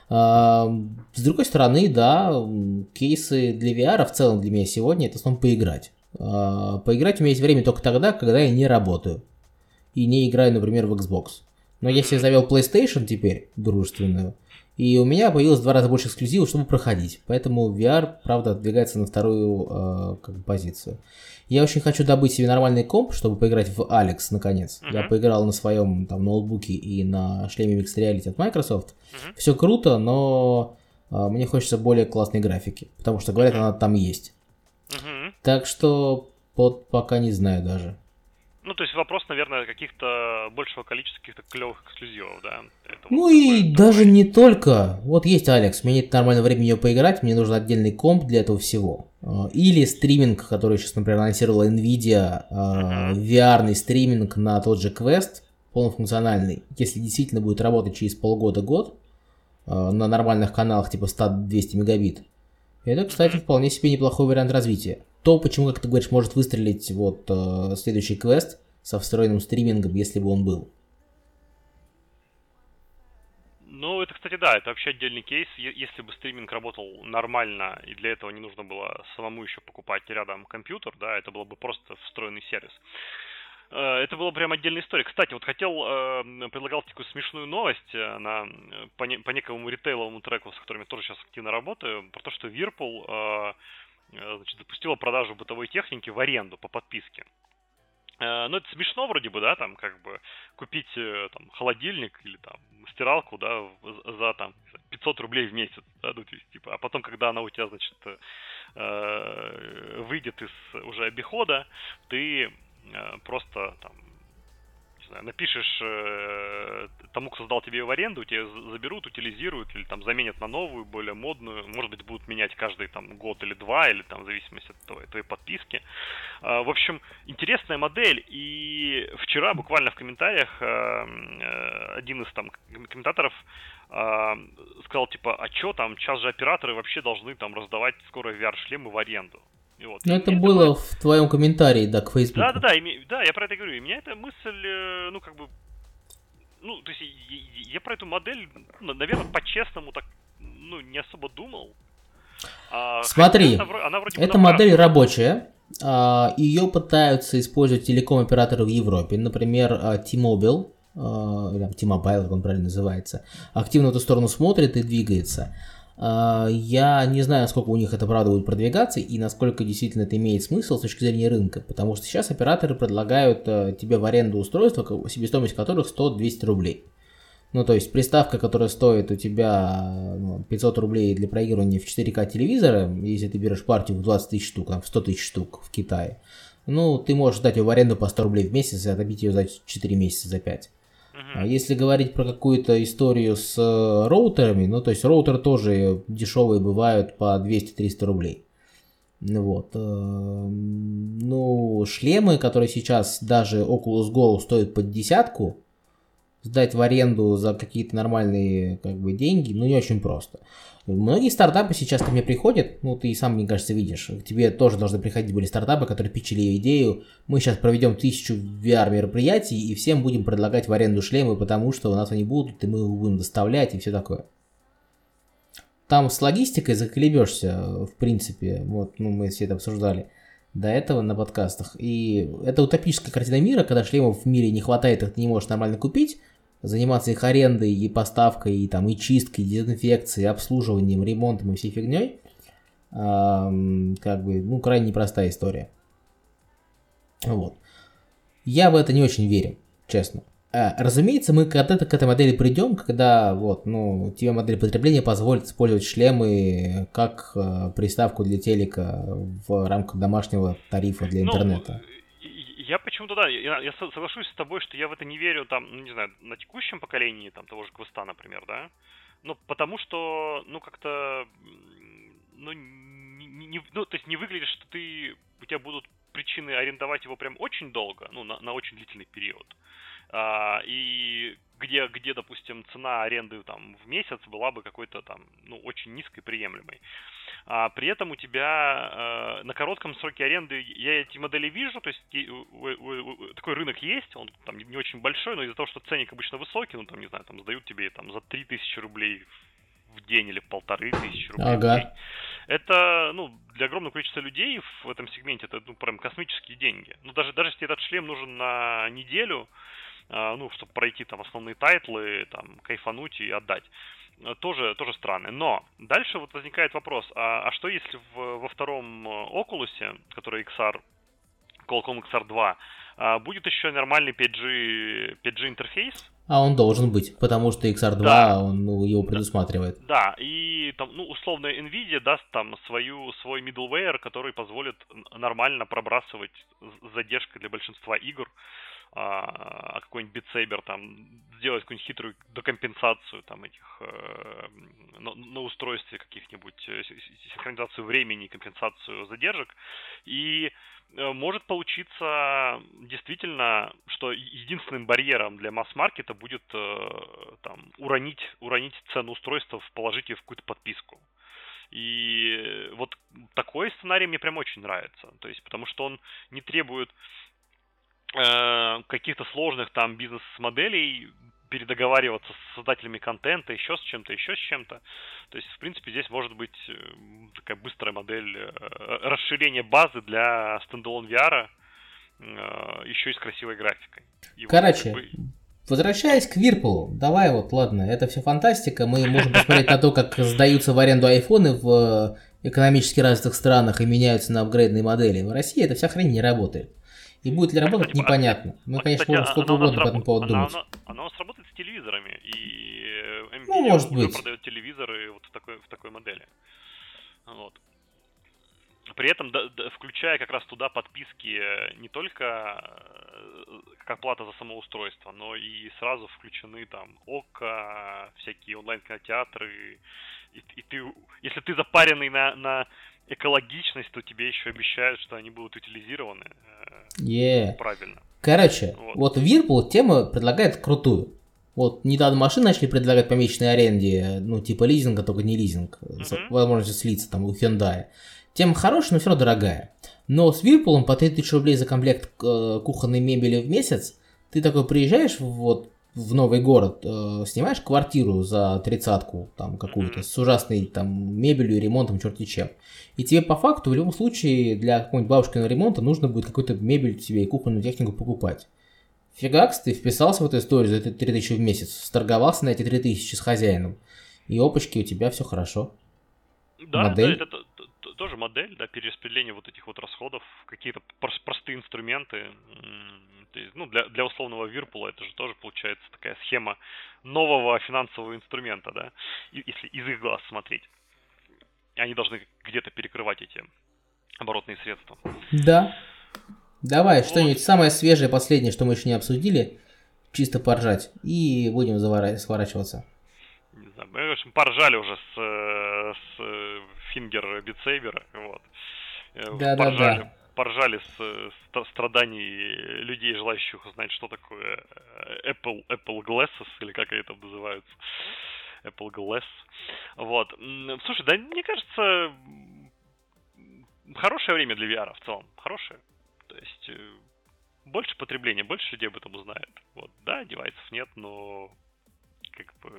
A: С другой стороны, да, кейсы для VR в целом для меня сегодня это в основном поиграть. Поиграть у меня есть время только тогда, когда я не работаю и не играю, например, в Xbox. Но я себе завел PlayStation теперь, дружественную, и у меня появилось в 2 раза больше эксклюзивов, чтобы проходить. Поэтому VR, правда, двигается на вторую позицию. Я очень хочу добыть себе нормальный комп, чтобы поиграть в Alex, наконец. Я поиграл на своем ноутбуке и на шлеме Mixed Reality от Microsoft. Все круто, но мне хочется более классной графики, потому что, говорят, она там есть. Так что пока не знаю даже.
B: Ну, то есть вопрос, наверное, каких-то большего количества каких-то клевых эксклюзивов, да?
A: Даже не только. Вот есть Алекс, мне нет нормального времени ее поиграть, мне нужен отдельный комп для этого всего. Или стриминг, который сейчас, например, анонсировала Nvidia, VR-ный стриминг на тот же Quest, полнофункциональный. Если действительно будет работать через полгода-год на нормальных каналах типа 100-200 мегабит, это, кстати, вполне себе неплохой вариант развития. То, почему, как ты говоришь, может выстрелить следующий квест со встроенным стримингом, если бы он был.
B: Ну, это, кстати, да, это вообще отдельный кейс. Если бы стриминг работал нормально, и для этого не нужно было самому еще покупать рядом компьютер, да, это был бы просто встроенный сервис. Это была прям отдельная история. Кстати, вот предлагал такую смешную новость по некому ритейловому треку, с которым я тоже сейчас активно работаю, про то, что Whirlpool значит, запустила продажу бытовой техники в аренду по подписке. Ну, это смешно вроде бы, да, там, как бы, купить там холодильник или там стиралку, да, за там 500 рублей в месяц, да, ну, то есть, типа, а потом, когда она у тебя, значит, выйдет из уже обихода, ты просто там, не знаю, напишешь тому, кто сдал тебе ее в аренду, тебя заберут, утилизируют или там заменят на новую, более модную, может быть, будут менять каждый там год или два, или там в зависимости от твоей подписки. В общем, интересная модель, и вчера буквально в комментариях один из там комментаторов сказал, типа, а чё там, сейчас же операторы вообще должны там раздавать скоро VR-шлемы в аренду. Вот.
A: Ну, это было в твоем комментарии, да, к Фейсбуку.
B: Да, я про это говорю. И меня эта мысль, ну, как бы, ну, то есть я про эту модель, наверное, по-честному так, ну, не особо думал.
A: Смотри,
B: она вроде
A: эта модель рабочая. Ее пытаются использовать телеком-операторы в Европе. Например, T-Mobile, T-Mobile, как он правильно называется, активно в эту сторону смотрит и двигается. Я не знаю, насколько у них это правда будет продвигаться и насколько действительно это имеет смысл с точки зрения рынка, потому что сейчас операторы предлагают тебе в аренду устройства, себестоимость которых 100-200 рублей. Ну, то есть приставка, которая стоит у тебя 500 рублей для проигрывания в 4К телевизора, если ты берешь партию в 20 тысяч штук, там, в 100 тысяч штук в Китае, ну, ты можешь дать ее в аренду по 100 рублей в месяц и отобить ее за 4 месяца, за 5. А если говорить про какую-то историю с роутерами, ну, то есть роутеры тоже дешевые бывают по 200-300 рублей. Вот. Ну, шлемы, которые сейчас даже Oculus Go стоят под десятку, сдать в аренду за какие-то нормальные как бы деньги, ну, не очень просто. Многие стартапы сейчас ко мне приходят, ну, ты и сам, мне кажется, видишь, к тебе тоже должны приходить были стартапы, которые питчили идею, мы сейчас проведем 1000 VR-мероприятий и всем будем предлагать в аренду шлемы, потому что у нас они будут, и мы их будем доставлять, и все такое. Там с логистикой заколебешься, в принципе, вот, ну, мы все это обсуждали до этого на подкастах, и это утопическая картина мира, когда шлемов в мире не хватает, их ты не можешь нормально купить, заниматься их арендой и поставкой, и там и чисткой, и дезинфекцией, и обслуживанием, ремонтом и всей фигней, как бы, ну, крайне непростая история. Вот. Я в это не очень верю, честно. Разумеется, мы когда-то к этой модели придем, когда вот, ну, тебе модель потребления позволит использовать шлемы как приставку для телека в рамках домашнего тарифа для интернета.
B: Я почему-то, да, я соглашусь с тобой, что я в это не верю, там, ну, не знаю, на текущем поколении, там, того же Квеста, например, да, ну, потому что, ну, как-то, ну, ну, то есть не выглядит, что у тебя будут причины арендовать его прям очень долго, ну, на очень длительный период, и где, допустим, цена аренды, там, в месяц была бы какой-то, там, ну, очень низкой, приемлемой. При этом у тебя на коротком сроке аренды я эти модели вижу, то есть такой рынок есть, он там не очень большой, но из-за того, что ценник обычно высокий, ну там, не знаю, там сдают тебе там за 3000 рублей в день или 1500 рублей в день. Это, ну, для огромного количества людей в этом сегменте это, ну, прям космические деньги. Ну, даже если этот шлем нужен на неделю, ну, чтобы пройти там основные тайтлы, там, кайфануть и отдать. Тоже странно. Но дальше вот возникает вопрос, а что если во втором Oculus, который XR, Qualcomm XR2, будет еще нормальный 5G интерфейс?
A: А он должен быть, потому что XR2, да, он, ну, его предусматривает.
B: Да, и там, ну, условно, Nvidia даст там свой middleware, который позволит нормально пробрасывать с задержкой для большинства игр, какой-нибудь Beat Saber там сделать какую-нибудь хитрую декомпенсацию там этих на устройстве каких-нибудь, синхронизацию времени, компенсацию задержек, и может получиться действительно, что единственным барьером для масс-маркета будет там уронить цену устройства, положить ее в какую-то подписку. И вот такой сценарий мне прям очень нравится, то есть потому что он не требует каких-то сложных там бизнес-моделей, передоговариваться с создателями контента, еще с чем-то. То есть, в принципе, здесь может быть такая быстрая модель расширения базы для стендалон VR, еще и с красивой графикой. И
A: Короче,
B: вот,
A: возвращаясь к Whirlpool, давай вот, ладно, это все фантастика, мы можем посмотреть на то, как сдаются в аренду айфоны в экономически развитых странах и меняются на апгрейдные модели. В России эта вся хрень не работает. И будет ли работать, непонятно. Мы, конечно, можем сколько угодно по этому поводу думать.
B: Она у нас работает с телевизорами, и
A: Nvidia может
B: уже
A: быть.
B: продает телевизоры вот в такой модели. Вот. При этом, включая как раз туда подписки не только как оплата за само устройство, но и сразу включены там ОККО, всякие онлайн-кинотеатры. И ты, если ты запаренный на экологичность, то тебе еще обещают, что они будут утилизированы правильно.
A: Короче, вот Whirlpool тема предлагает крутую. Вот недавно машины начали предлагать по месячной аренде, ну типа лизинга, только не лизинг, возможностью слиться там у Hyundai. Тема хорошая, но все равно дорогая. Но с Whirlpool по 3000 рублей за комплект кухонной мебели в месяц, ты такой приезжаешь вот в новый город, снимаешь квартиру за 30-ку там какую-то, с ужасной там мебелью, ремонтом, черти чем. И тебе по факту в любом случае для какого-нибудь бабушкиного ремонта нужно будет какую-то мебель себе и кухонную технику покупать. Фигакс, ты вписался в эту историю за эти 3000 в месяц, сторговался на эти 3000 с хозяином, и опачки, у тебя все хорошо.
B: Да, модель. Да, это тоже модель, да, перераспределение вот этих вот расходов, какие-то простые инструменты. Ну, для условного Whirlpool это же тоже получается такая схема нового финансового инструмента, да, если из их глаз смотреть. И они должны где-то перекрывать эти оборотные средства.
A: Да. Давай, вот. Что-нибудь самое свежее, последнее, что мы еще не обсудили, чисто поржать, и будем сворачиваться.
B: Не знаю, мы, в общем, поржали уже с Finger Beat Saber, вот.
A: Да.
B: Поржали с страданий людей, желающих узнать, что такое Apple Glasses, или как они там называются, Apple Glass. Вот. Слушай, да мне кажется, хорошее время для VR в целом, хорошее. То есть больше потребления, больше людей об этом узнает. Вот. Да, девайсов нет, но как бы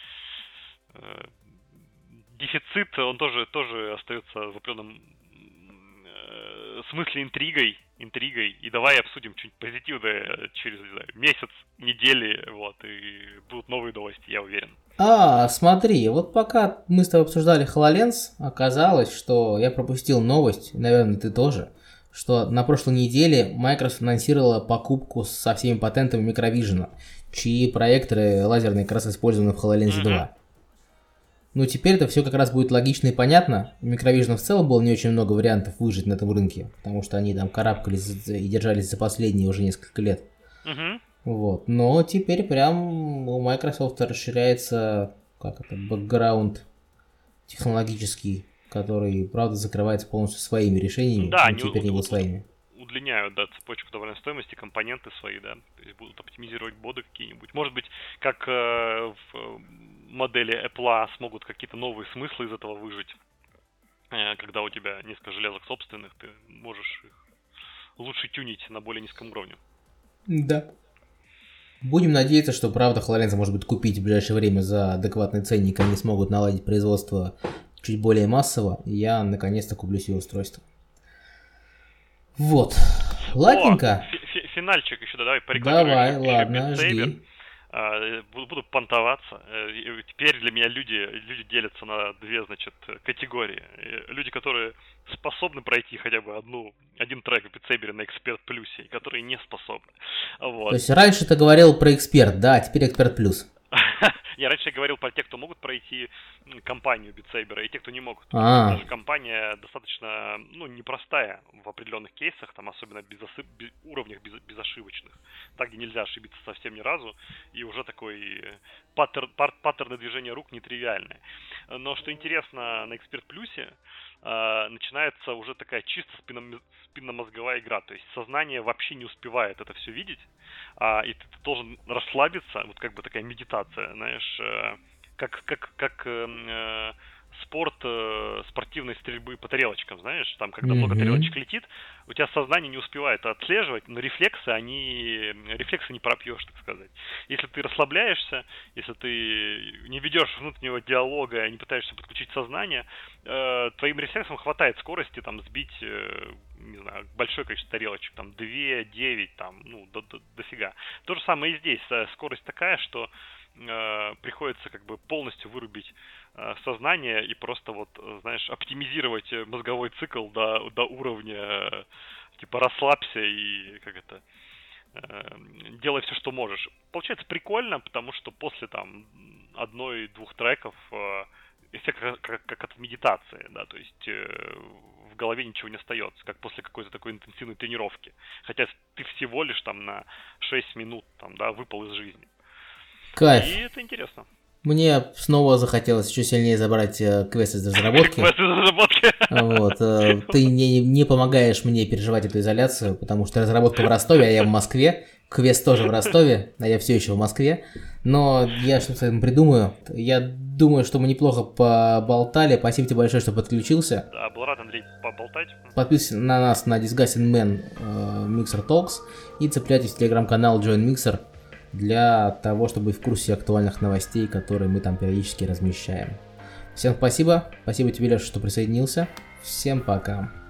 B: дефицит, он тоже остается в определенном смысле интригой. И давай обсудим что-нибудь позитивное через, не знаю, месяц, недели, вот, и будут новые новости, я уверен.
A: Смотри, вот пока мы с тобой обсуждали HoloLens, оказалось, что я пропустил новость, наверное, ты тоже, что на прошлой неделе Microsoft анонсировала покупку со всеми патентами Microvision, чьи проекторы лазерные как раз использованы в HoloLens 2. Ну, теперь это все как раз будет логично и понятно. У Microvision в целом было не очень много вариантов выжить на этом рынке, потому что они там карабкались и держались за последние уже несколько лет. Вот. Но теперь прям у Microsoft расширяется, бэкграунд технологический, который, правда, закрывается полностью своими решениями,
B: да,
A: но теперь не будут своими.
B: Удлиняют, да, цепочку добавленной стоимости, компоненты свои, да, то есть будут оптимизировать боды какие-нибудь. Может быть, как в модели Apple смогут какие-то новые смыслы из этого выжить, когда у тебя несколько железок собственных, ты можешь их лучше тюнить на более низком уровне.
A: Да. Будем надеяться, что, правда, HoloLens может быть купить в ближайшее время за адекватный ценник, они смогут наладить производство чуть более массово, и я наконец-то куплю себе устройство. Вот. Ладненько.
B: Финальчик еще, давай порекламируем.
A: Давай, ладно, жди.
B: Буду понтоваться. Теперь для меня люди делятся на две, значит, категории. Люди, которые способны пройти хотя бы один трек в Beat Saber на Expert Plus, и которые не способны. Вот.
A: То есть раньше ты говорил про Expert, да, а теперь Expert Plus.
B: Я раньше говорил про тех, кто могут пройти кампанию Beat Saber, и тех, кто не могут. Даже компания достаточно, непростая в определенных кейсах, там особенно уровнях безошибочных. Так, где нельзя ошибиться совсем ни разу, и уже такой паттерны движения рук нетривиальные. Но что интересно, на Expert Plus начинается уже такая чисто спинномозговая игра. То есть сознание вообще не успевает это все видеть, и ты должен расслабиться, вот как бы такая медитация, знаешь, как спортивной стрельбы по тарелочкам, знаешь, там, когда много тарелочек летит, у тебя сознание не успевает отслеживать, но рефлексы не пропьешь, так сказать. Если ты расслабляешься, если ты не ведешь внутреннего диалога, не пытаешься подключить сознание, твоим рефлексам хватает скорости там сбить не знаю, большое количество тарелочек, там 2, 9, там, ну, дофига. То же самое и здесь. Скорость такая, что приходится как бы полностью вырубить сознание и просто вот, знаешь, оптимизировать мозговой цикл до уровня, типа, расслабься и как это, делай все, что можешь. Получается прикольно, потому что после там 1-2 треков эффект как от медитации, да, то есть в голове ничего не остается, как после какой-то такой интенсивной тренировки. Хотя ты всего лишь там на 6 минут там, да, выпал из жизни.
A: Кайф.
B: И это интересно.
A: Мне снова захотелось еще сильнее забрать квест из разработки.
B: Квест из разработки.
A: Вот. Ты не помогаешь мне переживать эту изоляцию, потому что разработка в Ростове, а я в Москве. Квест тоже в Ростове, а я все еще в Москве. Но я что-то с этим придумаю. Я думаю, что мы неплохо поболтали. Спасибо тебе большое, что подключился.
B: Да, был рад, Андрей, поболтать.
A: Подписывайтесь на нас на Disgusting Man Mixer Talks и цепляйтесь в телеграм-канал Join Mixer для того, чтобы быть в курсе актуальных новостей, которые мы там периодически размещаем. Всем спасибо. Спасибо тебе, Леша, что присоединился. Всем пока.